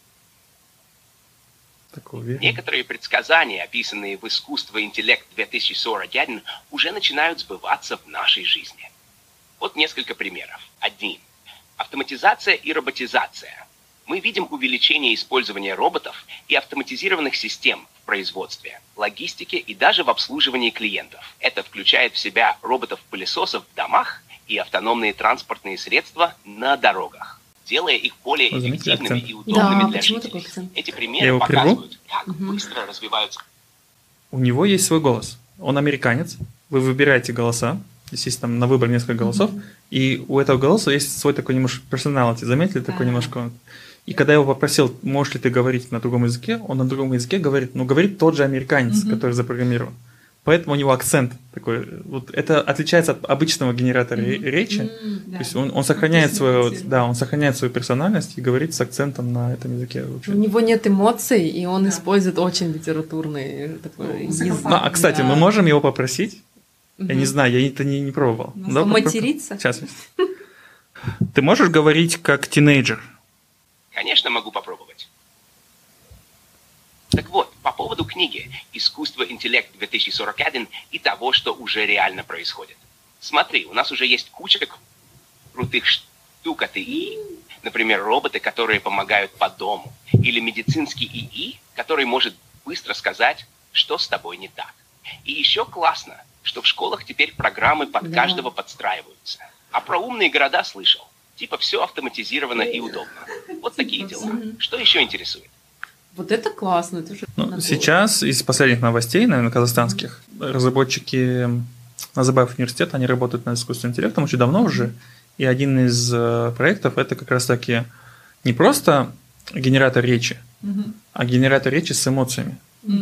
C: Так уверен.
D: Некоторые предсказания, описанные в «Искусство интеллект 2041», уже начинают сбываться в нашей жизни. Вот несколько примеров. 1. Автоматизация и роботизация. Мы видим увеличение использования роботов и автоматизированных систем в производстве, логистике и даже в обслуживании клиентов. Это включает в себя роботов-пылесосов в домах и автономные транспортные средства на дорогах, делая их более
C: Вы заметили
D: эффективными
C: акцент?
D: и удобными
A: Да,
D: для
A: почему
D: жителей.
A: такой акцент?
D: Эти
C: Я
D: примеры
C: его прерву?
D: показывают, как быстро развиваются.
C: У него есть свой голос. Он американец. Вы выбираете голоса. Здесь есть там на выбор несколько голосов, и у этого голоса есть свой такой немножко персоналити. Заметили такой немножко? И когда я его попросил, можешь ли ты говорить на другом языке, он на другом языке говорит, но говорит тот же американец, который запрограммирован. Поэтому у него акцент такой. Вот это отличается от обычного генератора речи. То есть он сохраняет свою, он сохраняет свою персональность и говорит с акцентом на этом языке.
A: У него нет эмоций, и он использует очень литературный такой язык.
C: Кстати, мы можем его попросить. Я не знаю, я это не пробовал.
A: Материться?
C: Сейчас. Ты можешь говорить как тинейджер?
D: Конечно, могу попробовать. Так вот, по поводу книги «Искусство интеллект 2041» и того, что уже реально происходит. Смотри, у нас уже есть куча крутых штук от ИИ, например, роботы, которые помогают по дому, или медицинский ИИ, который может быстро сказать, что с тобой не так. И еще классно, что в школах теперь программы под каждого подстраиваются. А про умные города слышал. Типа все автоматизировано и удобно. Вот такие дела. Что еще интересует?
A: Вот это классно.
C: Сейчас из последних новостей, наверное, казахстанских, разработчики Назарбаев университета, они работают над искусственным интеллектом очень давно уже. И один из проектов это как раз-таки не просто генератор речи, а генератор речи с эмоциями.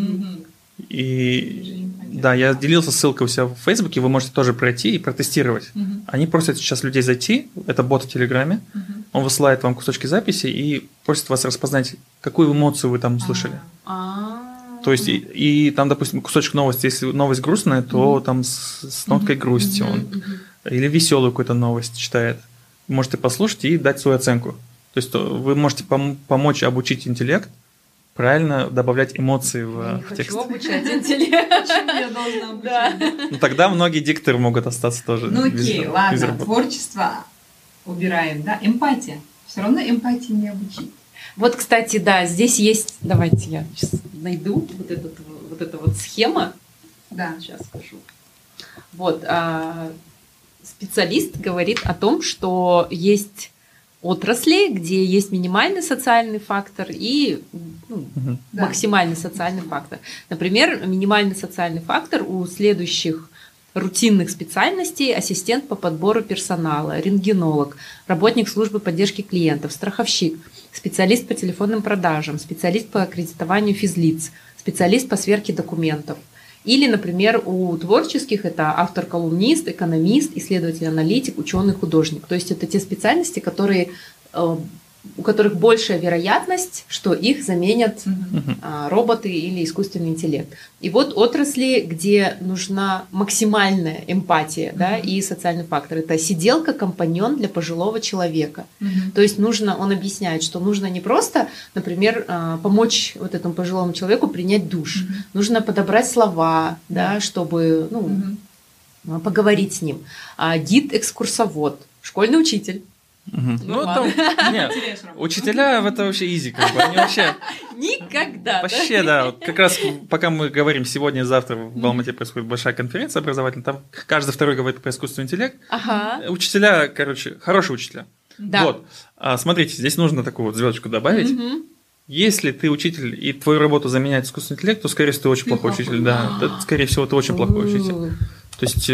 C: И да, я делился ссылкой у себя в Фейсбуке, вы можете тоже пройти и протестировать. Они просят сейчас людей зайти, это бот в Телеграме, он высылает вам кусочки записи и просит вас распознать, какую эмоцию вы там услышали. То есть, и там, допустим, кусочек новости, если новость грустная, то там с ноткой грусти он. Или веселую какую-то новость читает. Вы можете послушать и дать свою оценку. То есть вы можете помочь обучить интеллект правильно добавлять эмоции в текст.
A: Хочу обучать интеллект.
B: Почему я должна обучать?
C: Ну тогда многие дикторы могут остаться тоже.
B: Ну окей, ладно, творчество убираем, да, эмпатия. Все равно эмпатии не обучить.
A: Вот, кстати, да, здесь есть, давайте я сейчас найду вот эта схема.
B: Да.
A: Сейчас скажу. Вот, специалист говорит о том, что есть отрасли, где есть минимальный социальный фактор и максимальный социальный фактор. Например, минимальный социальный фактор у следующих рутинных специальностей: ассистент по подбору персонала, рентгенолог, работник службы поддержки клиентов, страховщик, специалист по телефонным продажам, специалист по аккредитованию физлиц, специалист по сверке документов. Или, например, у творческих это автор-колумнист, экономист, исследователь-аналитик, ученый-художник. То есть это те специальности, у которых большая вероятность, что их заменят роботы или искусственный интеллект. И вот отрасли, где нужна максимальная эмпатия, да, и социальный фактор. Это сиделка, компаньон для пожилого человека. То есть он объясняет, что нужно не просто, например, помочь вот этому пожилому человеку принять душ. Нужно подобрать слова, да, чтобы поговорить с ним. Гид-экскурсовод, школьный учитель.
C: Ну, там, нет, учителя в это вообще изи, как бы, они вообще...
A: Никогда.
C: Вообще, да, вот как раз пока мы говорим сегодня и завтра в Алмате происходит большая конференция образовательная, там каждый второй говорит про искусственный интеллект. Учителя, хорошие учителя.
A: Да.
C: Вот, смотрите, здесь нужно такую вот звездочку добавить. Если ты учитель и твою работу заменяет искусственный интеллект, то, скорее всего, ты очень плохой учитель. Да, скорее всего, ты очень плохой учитель. То есть,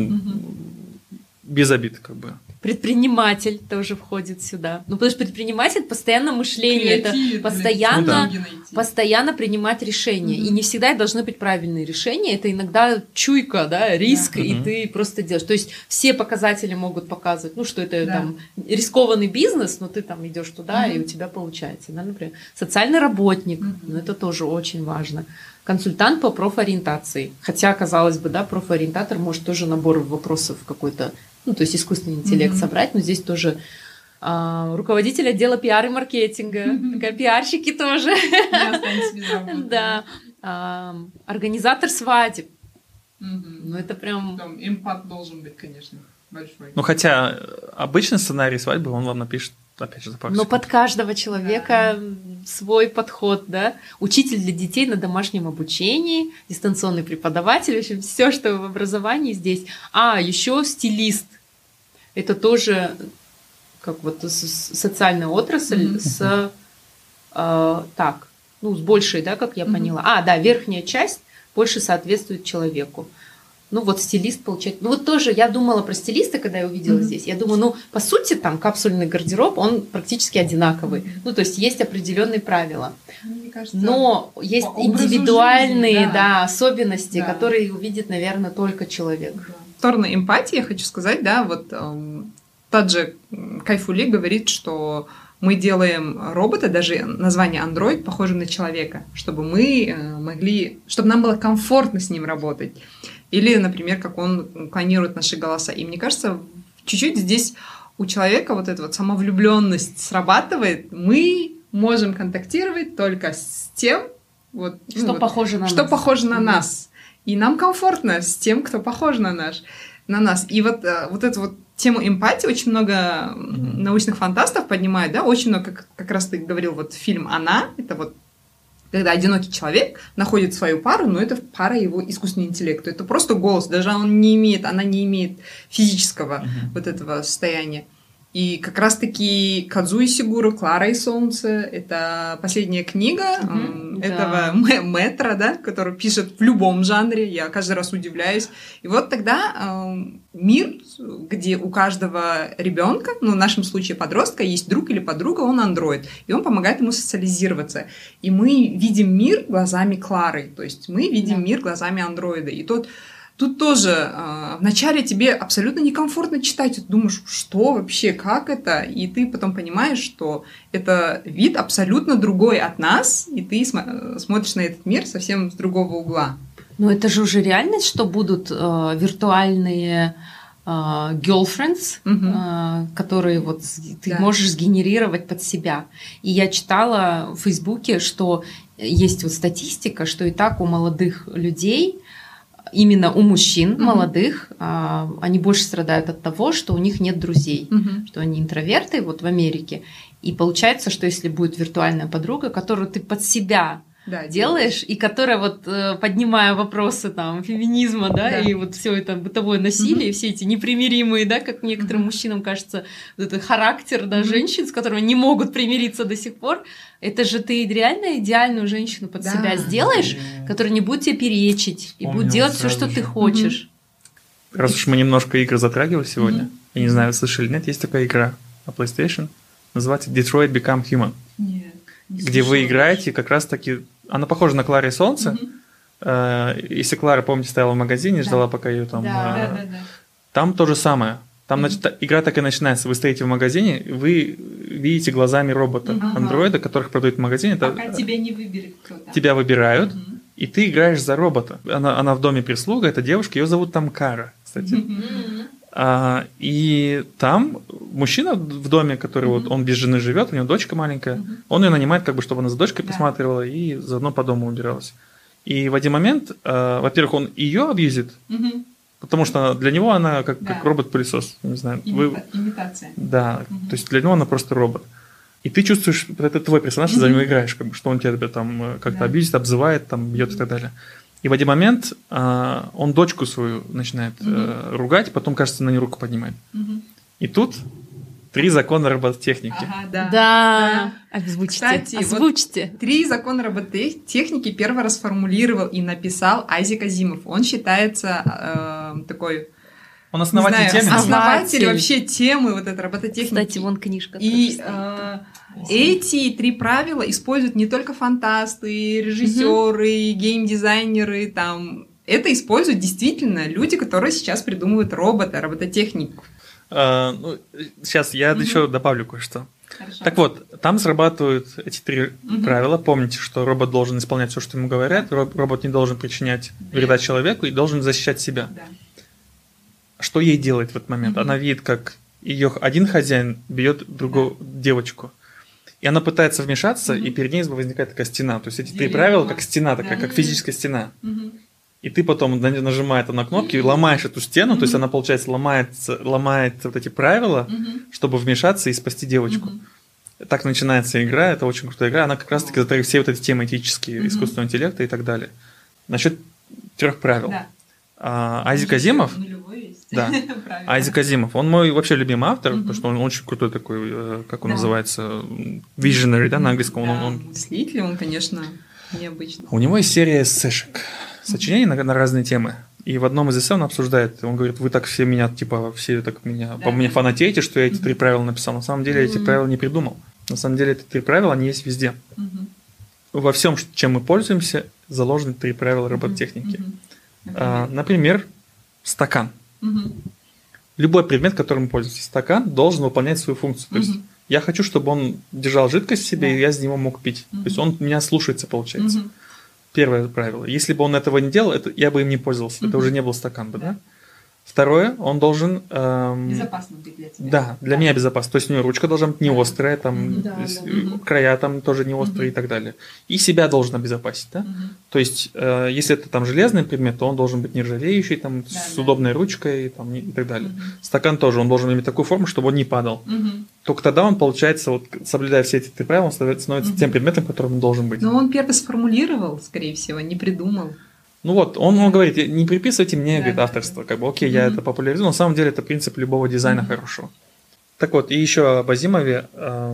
C: без обид, как бы.
A: Предприниматель тоже входит сюда. Ну, потому что предприниматель постоянно мышление, это постоянно принимать решения. И не всегда должны быть правильные решения. Это иногда чуйка, да, риск, и ты просто делаешь. То есть все показатели могут показывать, что это там рискованный бизнес, но ты там идешь туда, и у тебя получается. Да, например, социальный работник, это тоже очень важно. Консультант по профориентации. Хотя, казалось бы, да, профориентатор может тоже набор вопросов какой-то, то есть искусственный интеллект собрать, но здесь тоже руководитель отдела пиар и маркетинга, такая пиарщики тоже.
B: Не останется без работы.
A: Да. Организатор свадеб. Ну, это прям...
B: Там эмпат должен быть, конечно, большой.
C: Ну, хотя обычный сценарий свадьбы он вам напишет, опять же, за пару
A: Но
C: секунд.
A: под каждого человека свой подход, да. Учитель для детей на домашнем обучении, дистанционный преподаватель, в общем, все, что в образовании здесь. Еще стилист. Это тоже как вот социальная отрасль с большей, да, как я поняла. Верхняя часть больше соответствует человеку. ну вот стилист получает. Ну вот тоже я думала про стилиста, когда я увидела здесь. Я думаю, ну по сути там капсульный гардероб, он практически одинаковый. Ну то есть есть определенные правила.
B: Мне кажется,
A: но есть индивидуальные жизни, да, особенности, которые увидит, наверное, только человек.
B: В сторону эмпатии я хочу сказать, да, вот тот же Кайфули говорит, что мы делаем робота, даже название Android похоже на человека, чтобы мы могли, чтобы нам было комфортно с ним работать. Или, например, как он клонирует наши голоса. И мне кажется, чуть-чуть здесь у человека вот эта вот самовлюбленность срабатывает. Мы можем контактировать только с тем, вот,
A: что похоже на
B: что похоже на нас. И нам комфортно с тем, кто похож на нас. И вот эту вот тему эмпатии очень много научных фантастов поднимают, да, очень много, как раз ты говорил, вот фильм «Она», это вот когда одинокий человек находит свою пару, но это пара его искусственного интеллекта. Это просто голос, даже она не имеет физического вот этого состояния. И как раз-таки Кадзуи Сигуру «Клара и солнце» — это последняя книга этого мэтра, да, который пишет в любом жанре, я каждый раз удивляюсь. И вот тогда мир, где у каждого ребенка, ну, в нашем случае подростка, есть друг или подруга, он андроид, и он помогает ему социализироваться. И мы видим мир глазами Клары, то есть мы видим мир глазами андроида. И тут тоже вначале тебе абсолютно некомфортно читать, ты думаешь, что вообще, как это, и ты потом понимаешь, что это вид абсолютно другой от нас, и ты смотришь на этот мир совсем с другого угла.
A: Ну это же уже реальность, что будут виртуальные girlfriends, которые вот ты можешь сгенерировать под себя. И я читала в Фейсбуке, что есть вот статистика, что и так у молодых людей, именно у мужчин молодых, они больше страдают от того, что у них нет друзей, что они интроверты вот в Америке. И получается, что если будет виртуальная подруга, которую ты под себя делаешь, и которая вот поднимая вопросы там феминизма, да, и вот все это бытовое насилие, все эти непримиримые, да, как некоторым мужчинам кажется, вот этот характер, да, женщин, с которыми не могут примириться до сих пор, это же ты реально идеальную женщину под себя сделаешь, которая не будет тебе перечить и будет делать все, что ты хочешь.
C: Раз уж мы немножко игр затрагивали сегодня, я не знаю, слышали, нет, есть такая игра на PlayStation, называется Detroit Become Human.
B: Нет.
C: Где вы играете, как раз-таки... Она похожа на Кларе и солнце. Если Клара, помните, стояла в магазине, ждала, пока ее там... Там то же самое. Там игра так и начинается. Вы стоите в магазине, вы видите глазами робота, андроида, которых продают в магазине.
B: Пока тебя не выберет кто-то.
C: Тебя выбирают, и ты играешь за робота. Она в доме прислуга, эта девушка, ее зовут там Кара, кстати. И там мужчина в доме, который вот он без жены живет, у него дочка маленькая, он ее нанимает, как бы, чтобы она за дочкой присматривала и заодно по дому убиралась. И в один момент, во-первых, он ее абьюзит, потому что для него она как робот-пылесос, не знаю.
B: Имитация.
C: Да, то есть для него она просто робот. И ты чувствуешь, это твой персонаж, ты за него играешь, как бы, что он тебя там как-то абьюзит, обзывает, там, бьет и так далее. И в один момент он дочку свою начинает ругать, потом, кажется, на нее руку поднимает. И тут 3 закона робототехники.
A: Да. Озвучьте.
B: Кстати,
A: озвучьте.
B: Вот 3 закона робототехники первый раз сформулировал и написал Айзек Азимов. Он считается такой...
C: Он основатель темы.
B: Основатель вообще темы вот этой робототехники.
A: Кстати, вон книжка.
B: И эти 3 правила используют не только фантасты, режиссеры, геймдизайнеры, там. Это используют действительно люди, которые сейчас придумывают робототехнику.
C: Сейчас я еще добавлю кое-что.
B: Хорошо.
C: Так вот, там срабатывают эти 3 правила. Помните, что робот должен исполнять все, что ему говорят, робот не должен причинять вреда человеку и должен защищать себя.
B: Да.
C: Что ей делать в этот момент? Она видит, как ее один хозяин бьет другую девочку. И она пытается вмешаться, и перед ней возникает такая стена. То есть эти 3 правила, как стена такая, как физическая стена. И ты потом, нажимая на кнопки, ломаешь эту стену, то есть она, получается, ломает вот эти правила, чтобы вмешаться и спасти девочку. Так начинается игра, это очень крутая игра. Она как раз-таки затрагивает все вот эти темы этические, искусственного интеллекта и так далее. Насчет 3 правил.
B: Да.
C: Айзек Азимов,
B: да.
C: Айзек Азимов, он мой вообще любимый автор, потому что он очень крутой такой, как он называется, visionary, да, на английском.
B: Мыслитель, он, конечно, необычный.
C: У него есть серия эссешек, сочинений на разные темы. И в одном из эссе он обсуждает, он говорит, вы так все меня, типа, все так меня, по мне фанатеете, что я эти 3 правила написал. На самом деле я эти правила не придумал. На самом деле эти 3 правила, они есть везде. Во всем, чем мы пользуемся, заложены 3 правила робототехники. Например, стакан. Любой предмет, которым мы пользуемся, стакан должен выполнять свою функцию. То есть я хочу, чтобы он держал жидкость в себе, и я из него мог пить. То есть он меня слушается, получается. Первое правило. Если бы он этого не делал, я бы им не пользовался. Это уже не был стакан бы, да? Второе, он должен...
B: безопасно быть для тебя.
C: Да, для меня безопасно. То есть у него ручка должна быть не острая, там, края там тоже не острые и так далее. И себя должен обезопасить, да? То есть, если это там железный предмет, то он должен быть нержавеющий, там, с удобной ручкой там, и так далее. Стакан тоже, он должен иметь такую форму, чтобы он не падал. Только тогда он, получается, вот, соблюдая все эти 3 правила, он становится тем предметом, которым он должен быть.
B: Но он первый сформулировал, скорее всего, не придумал.
C: Ну вот, он говорит, не приписывайте мне, говорит, авторство. Как бы, окей, я это популяризую, но на самом деле это принцип любого дизайна хорошего. Так вот, и еще об Азимове.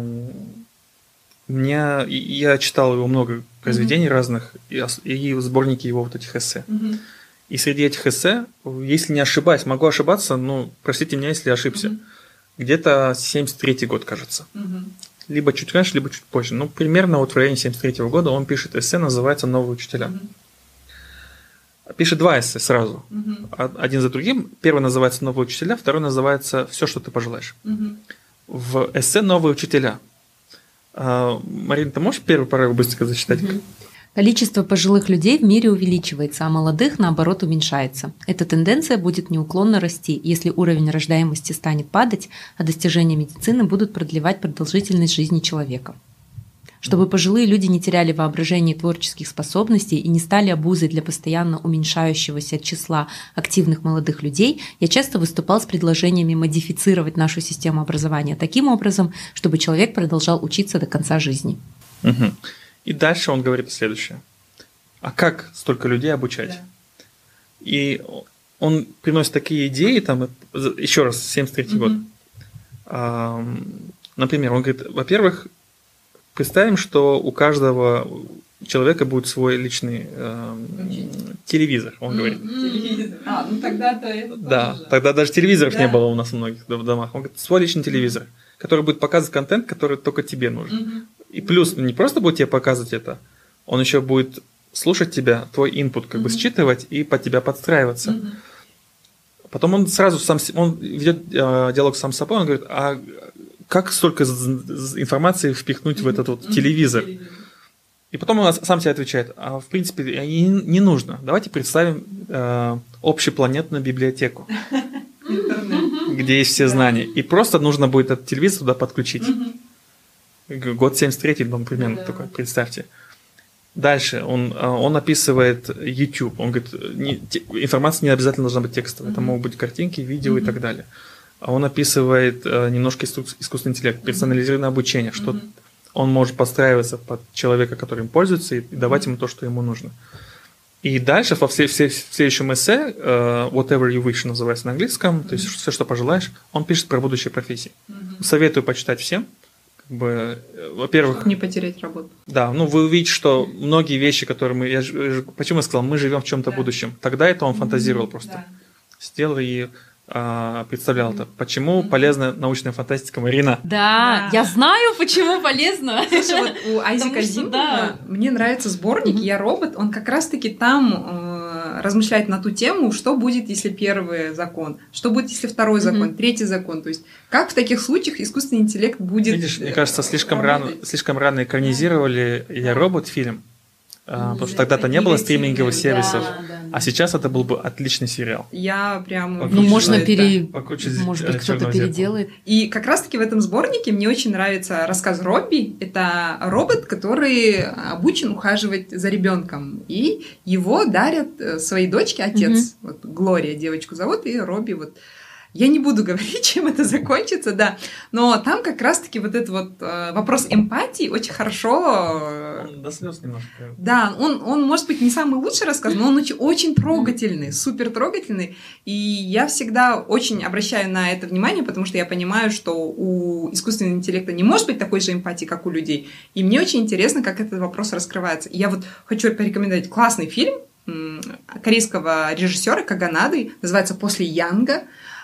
C: Я читал его много произведений разных, и сборники его вот этих эссе. И среди этих эссе, если не ошибаюсь, могу ошибаться, ну, простите меня, если ошибся, где-то 73-й год, кажется. Либо чуть раньше, либо чуть позже. Ну, примерно вот в районе 73-го года он пишет эссе, называется «Новые учителя». Пишет 2 эссе сразу, один за другим. Первый называется «Новые учителя», второй называется «Все, что ты пожелаешь». В эссе «Новые учителя». Марина, ты можешь первый параграф быстренько зачитать?
A: Количество пожилых людей в мире увеличивается, а молодых, наоборот, уменьшается. Эта тенденция будет неуклонно расти, если уровень рождаемости станет падать, а достижения медицины будут продлевать продолжительность жизни человека. Чтобы пожилые люди не теряли воображение и творческих способностей и не стали обузой для постоянно уменьшающегося числа активных молодых людей, я часто выступал с предложениями модифицировать нашу систему образования таким образом, чтобы человек продолжал учиться до конца жизни.
C: И дальше он говорит следующее. А как столько людей обучать? И он приносит такие идеи, там, еще раз, 73-й год. Например, он говорит, во-первых, представим, что у каждого человека будет свой личный телевизор, он говорит.
B: Телевизор. Ну тогда-то это
C: Да,
B: тоже.
C: тогда даже телевизоров не было у нас в многих домах. Он говорит, свой личный телевизор, который будет показывать контент, который только тебе нужен. И плюс не просто будет тебе показывать это, он еще будет слушать тебя, твой инпут как бы считывать и под тебя подстраиваться. Потом он сразу он ведет диалог сам с собой, он говорит, а как столько информации впихнуть в этот вот телевизор? И потом он сам тебе отвечает, а в принципе не нужно. Давайте представим общепланетную библиотеку, где есть все знания. И просто нужно будет этот телевизор туда подключить. Год 73-й, примерно такой, представьте. Дальше он описывает YouTube. Он говорит, информация не обязательно должна быть текстовой. Это могут быть картинки, видео и так далее. Он описывает немножко искусственный интеллект, персонализированное обучение, что он может подстраиваться под человека, который им пользуется, и давать ему то, что ему нужно. И дальше в следующем эссе, Whatever You Wish называется на английском, то есть все, что пожелаешь, он пишет про будущие профессии. Советую почитать всем. Во-первых...
B: Не потерять работу.
C: Да, вы увидите, что многие вещи, которые почему я сказал, мы живем в чем-то будущем. Тогда это он фантазировал просто. Сделал и представлял это. Почему полезна научная фантастика, Марина?
A: Да, я знаю, почему полезно.
B: Слушай, вот у Айзека Азимова мне нравится сборник «Я робот». Он как раз-таки там размышляет на ту тему, что будет, если первый закон, что будет, если второй закон, третий закон. То есть как в таких случаях искусственный интеллект будет...
C: Видишь, мне кажется, слишком рано экранизировали «Я робот» фильм. Потому что тогда-то не было стриминговых сервисов, а сейчас это был бы отличный сериал.
B: Я прям...
A: Можно может быть, кто-то переделает.
B: И как раз-таки в этом сборнике мне очень нравится рассказ Робби. Это робот, который обучен ухаживать за ребенком. И его дарят своей дочке отец. Вот Глория девочку зовут, и Робби вот... Я не буду говорить, чем это закончится, да, но там как раз-таки вот этот вот вопрос эмпатии очень хорошо...
C: Он до слез немножко.
B: Да, он может быть не самый лучший рассказ, но он очень трогательный, супер трогательный, и я всегда очень обращаю на это внимание, потому что я понимаю, что у искусственного интеллекта не может быть такой же эмпатии, как у людей, и мне очень интересно, как этот вопрос раскрывается. И я вот хочу порекомендовать классный фильм, корейского режиссера Каганады, называется «После Янга».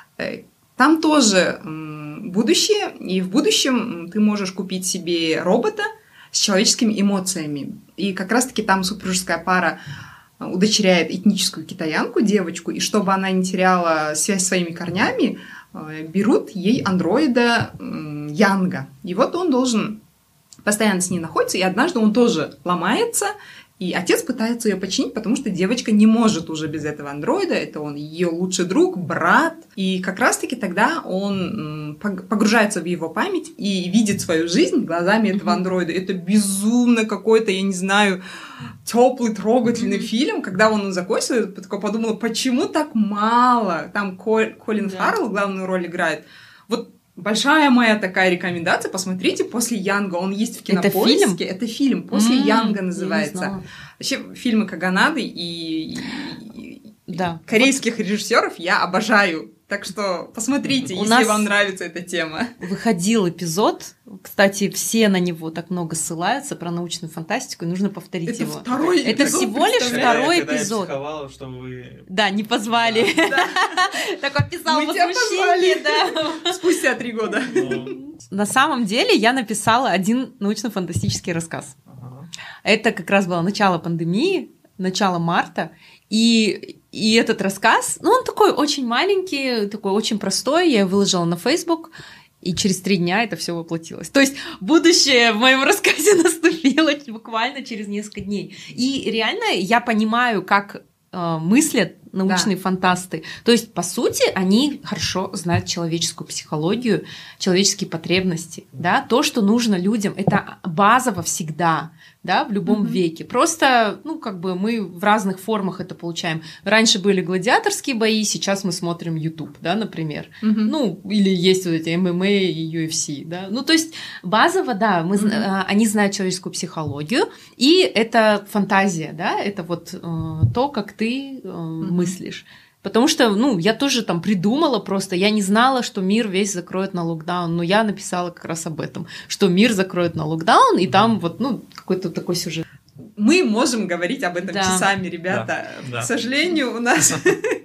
B: Там тоже будущее, и в будущем ты можешь купить себе робота с человеческими эмоциями. И как раз-таки там супружеская пара удочеряет этническую китаянку, девочку, и чтобы она не теряла связь с своими корнями, берут ей андроида Янга. И вот он должен постоянно с ней находиться, и однажды он тоже ломается, и отец пытается ее починить, потому что девочка не может уже без этого андроида, это он ее лучший друг, брат, и как раз-таки тогда он погружается в его память и видит свою жизнь глазами этого андроида. Это безумно какой-то, я не знаю, теплый, трогательный фильм. Когда он закончился, я такой подумала, почему так мало? Там Колин Фаррелл главную роль играет. Вот большая моя такая рекомендация. Посмотрите «После Янга». Он есть в Кинопоиске. Это фильм «После Янга» называется. Вообще, фильмы Каганады и корейских режиссеров я обожаю. Так что посмотрите, если вам нравится эта тема.
A: Выходил эпизод, кстати, все на него так много ссылаются про научную фантастику, и нужно повторить его. Это всего лишь второй эпизод.
C: Я психовала, что вы...
A: Да, не позвали. Так описал возмущение.
B: Спустя 3 года.
A: На самом деле я написала один научно-фантастический рассказ. Это как раз было начало пандемии, начало марта, и этот рассказ, он такой очень маленький, такой очень простой, я его выложила на Facebook, и через 3 дня это все воплотилось. То есть будущее в моем рассказе наступило буквально через несколько дней. И реально я понимаю, как мыслят научные фантасты. То есть, по сути, они хорошо знают человеческую психологию, человеческие потребности, да, то, что нужно людям, это базово всегда, да, в любом веке. Просто, мы в разных формах это получаем. Раньше были гладиаторские бои, сейчас мы смотрим YouTube, да, например. Или есть вот эти ММА и UFC, да. То есть, базово, да, они знают человеческую психологию, и это фантазия, да, это вот то, как ты мыслишь. Потому что, я тоже там придумала просто, я не знала, что мир весь закроет на локдаун, но я написала как раз об этом, что мир закроет на локдаун, и там вот, какой-то такой сюжет.
B: Мы можем говорить об этом часами, ребята.
C: Да.
B: К сожалению, у нас...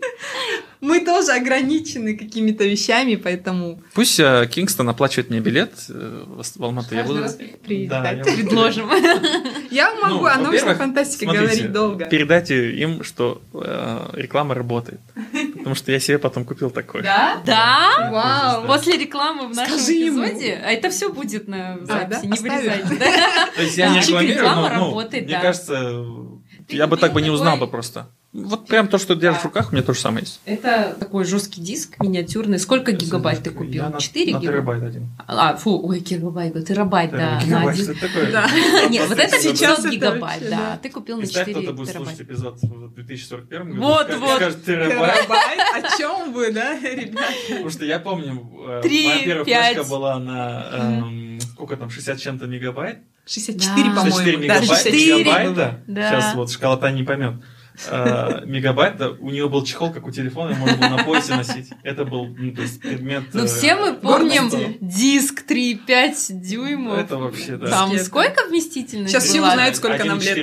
B: Мы тоже ограничены какими-то вещами, поэтому...
C: Пусть Кингстон оплачивает мне билет в Алмату. Я буду...
A: Предложим.
B: Я могу о научной фантастике говорить долго.
C: Передайте им, что реклама работает. Потому что я себе потом купил такой.
A: Да? Да?
B: Вау!
A: После рекламы в нашем эпизоде, а это все будет на записи, не вырезайте.
C: То есть я не рекламирую, но
A: работает,
C: мне кажется, я бы так бы не узнал бы просто. Вот прям то, что держишь в руках, у меня тоже самое есть.
A: Это такой жесткий диск миниатюрный. Сколько гигабайт ты купил? 4 гигабайта?
C: Терабайт один.
A: Гигабайт, терабайт, да.
C: Гигабайт, что это такое?
A: Нет, вот это сейчас гигабайт,
B: вообще,
A: да. Ты купил на 4 терабайта.
C: Кто-то будет слушать эпизод в 2041 году.
A: Вот.
C: Скажет терабайт.
B: О чем вы, да, ребята?
C: Потому что я помню, моя первая флешка была на, сколько там, 60 чем-то мегабайт.
B: 64, по-моему.
C: 64 мегабайта.
A: Да.
C: Сейчас вот школота не поймет. Мегабайт, у нее был чехол, как у телефона, можно было на поясе носить. Это был предмет...
A: все мы помним диск 3,5 дюймов.
C: Это вообще, да.
A: Там сколько вместительность
B: Сейчас все узнают, сколько нам лет.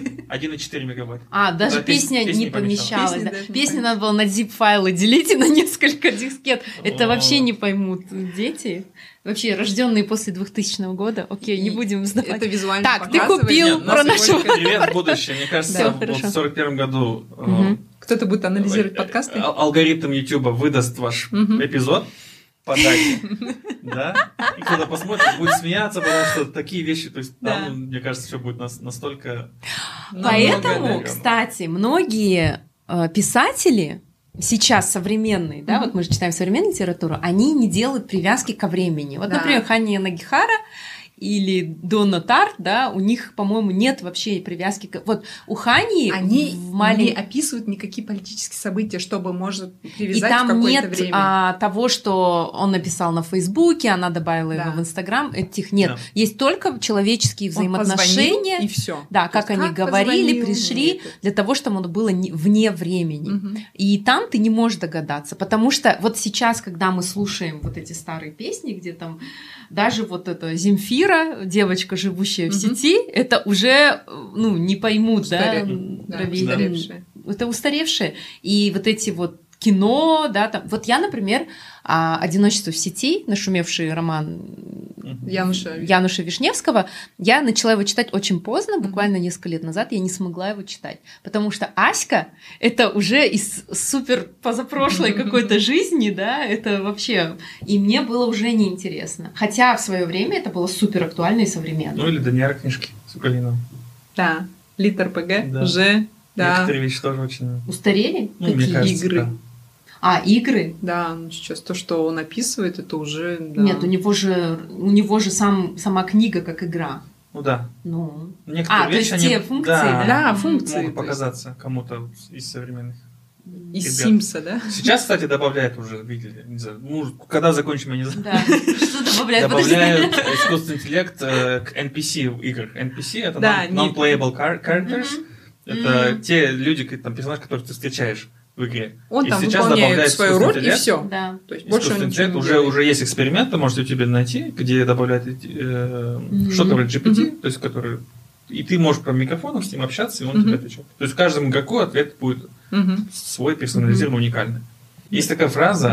C: 1,4 мегабайта.
A: А, даже песня не помещалась. Песню надо было на zip-файлы делить и на несколько дискет. Это вообще не поймут дети. Вообще, рожденные после 2000 года. Окей, не будем сдавать.
B: Это визуально
A: Так, ты купил про нашего...
C: Привет в будущее. Мне кажется, вот в 41 году...
B: Кто-то будет анализировать подкасты?
C: Алгоритм YouTube выдаст ваш эпизод по дате. Да? И кто-то посмотрит, будет смеяться, потому что такие вещи... То есть там, мне кажется, все будет настолько...
A: Поэтому, кстати, многие писатели... Сейчас современные, да, вот мы же читаем современную литературу, они не делают привязки ко времени. Вот, например, Хани Нагихара или Донна Тарт, да, у них, по-моему, нет вообще привязки к... Вот у Хани...
B: Они не описывают никакие политические события, чтобы, может, привязать
A: в какое-то
B: время. И
A: там нет того, что он написал на Фейсбуке, она добавила его в Инстаграм, этих нет. Есть только человеческие взаимоотношения.
B: И все.
A: Да, как они говорили, пришли, для того, чтобы оно было вне времени. И там ты не можешь догадаться, потому что вот сейчас, когда мы слушаем вот эти старые песни, где там даже вот это Земфира, Ира, девочка, живущая в сети, это уже, не поймут,
B: устаревшие.
A: Это устаревшее. И вот эти вот кино, да, там. Вот я, например, «Одиночество в сети», нашумевший роман Януша Вишневского, я начала его читать очень поздно, буквально несколько лет назад, я не смогла его читать, потому что Аська — это уже из супер позапрошлой какой-то жизни, да, это вообще... И мне было уже неинтересно. Хотя в свое время это было супер актуально и современно.
C: Или Даниэра книжки с Украиной.
B: Да, Лит-РПГ уже... Да.
C: Некоторые вещи тоже очень...
A: Устарели?
C: Мне кажется,
B: игры?
C: Да.
A: Игры?
B: Да, сейчас то, что он описывает, это уже... Да.
A: Нет, у него же сама книга как игра.
C: Да.
A: Некоторые вещи, то есть те функции,
B: да, функции
C: могут показаться кому-то из современных.
B: Из Симса, да?
C: Сейчас, кстати, добавляют уже, видели, не знаю, когда закончим, я не знаю.
A: Да. Что добавляют?
C: Добавляют искусственный интеллект к NPC в играх. NPC — это non-playable characters. Это те люди, там, персонажи, которых ты встречаешь в игре.
B: Он там выполняет свою роль, и все.
A: Да.
B: То есть больше он ничего не
C: делает. Уже есть эксперименты, можете тебе найти, где добавляют что-то вроде GPT, то есть который... И ты можешь по микрофону с ним общаться, и он тебе отвечает. То есть каждому игроку ответ будет свой, персонализированный, уникальный. Есть такая фраза,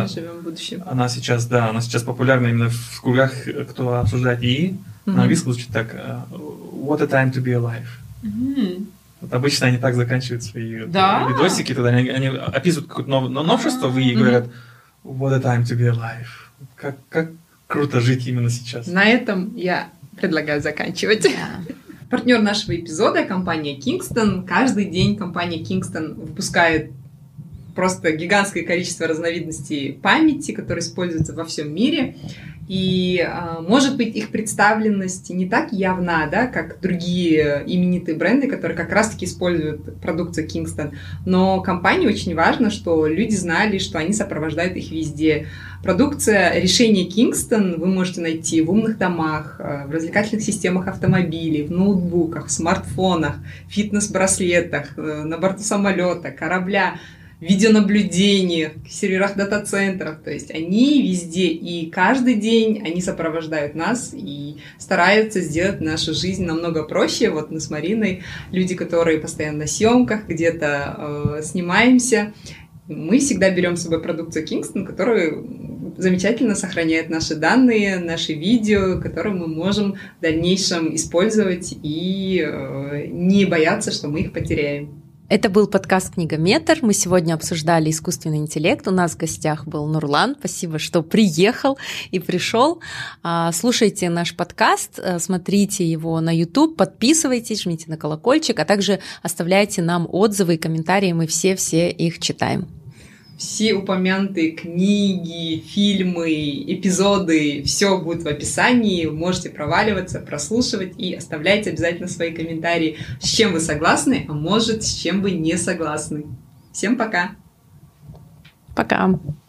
C: она сейчас популярна именно в кругах, кто обсуждает ИИ. На английском звучит так: What a time to be alive. Вот обычно они так заканчивают свои видосики, тогда они описывают какое-то новшество в ИИ и говорят: What a time to be alive. Как круто жить именно сейчас.
B: На этом я предлагаю заканчивать. Партнер нашего эпизода — компания Kingston. Каждый день компания Kingston выпускает просто гигантское количество разновидностей памяти, которые используются во всем мире. И, может быть, их представленность не так явна, да, как другие именитые бренды, которые как раз-таки используют продукцию Kingston. Но компании очень важно, что люди знали, что они сопровождают их везде. Продукция, решения Kingston вы можете найти в умных домах, в развлекательных системах автомобилей, в ноутбуках, в смартфонах, фитнес-браслетах, на борту самолета, корабля, видеонаблюдениях, серверах дата-центров. То есть они везде, и каждый день они сопровождают нас и стараются сделать нашу жизнь намного проще. Вот мы с Мариной, люди, которые постоянно на съемках, где-то снимаемся, мы всегда берем с собой продукцию Kingston, которая замечательно сохраняет наши данные, наши видео, которые мы можем в дальнейшем использовать и не бояться, что мы их потеряем.
A: Это был подкаст «Книгометр». Мы сегодня обсуждали искусственный интеллект. У нас в гостях был Нурлан. Спасибо, что приехал и пришел. Слушайте наш подкаст, смотрите его на YouTube, подписывайтесь, жмите на колокольчик, а также оставляйте нам отзывы и комментарии. Мы все их читаем.
B: Все упомянутые книги, фильмы, эпизоды, все будет в описании. Можете проваливаться, прослушивать и оставляйте обязательно свои комментарии, с чем вы согласны, а может, с чем вы не согласны. Всем пока!
A: Пока!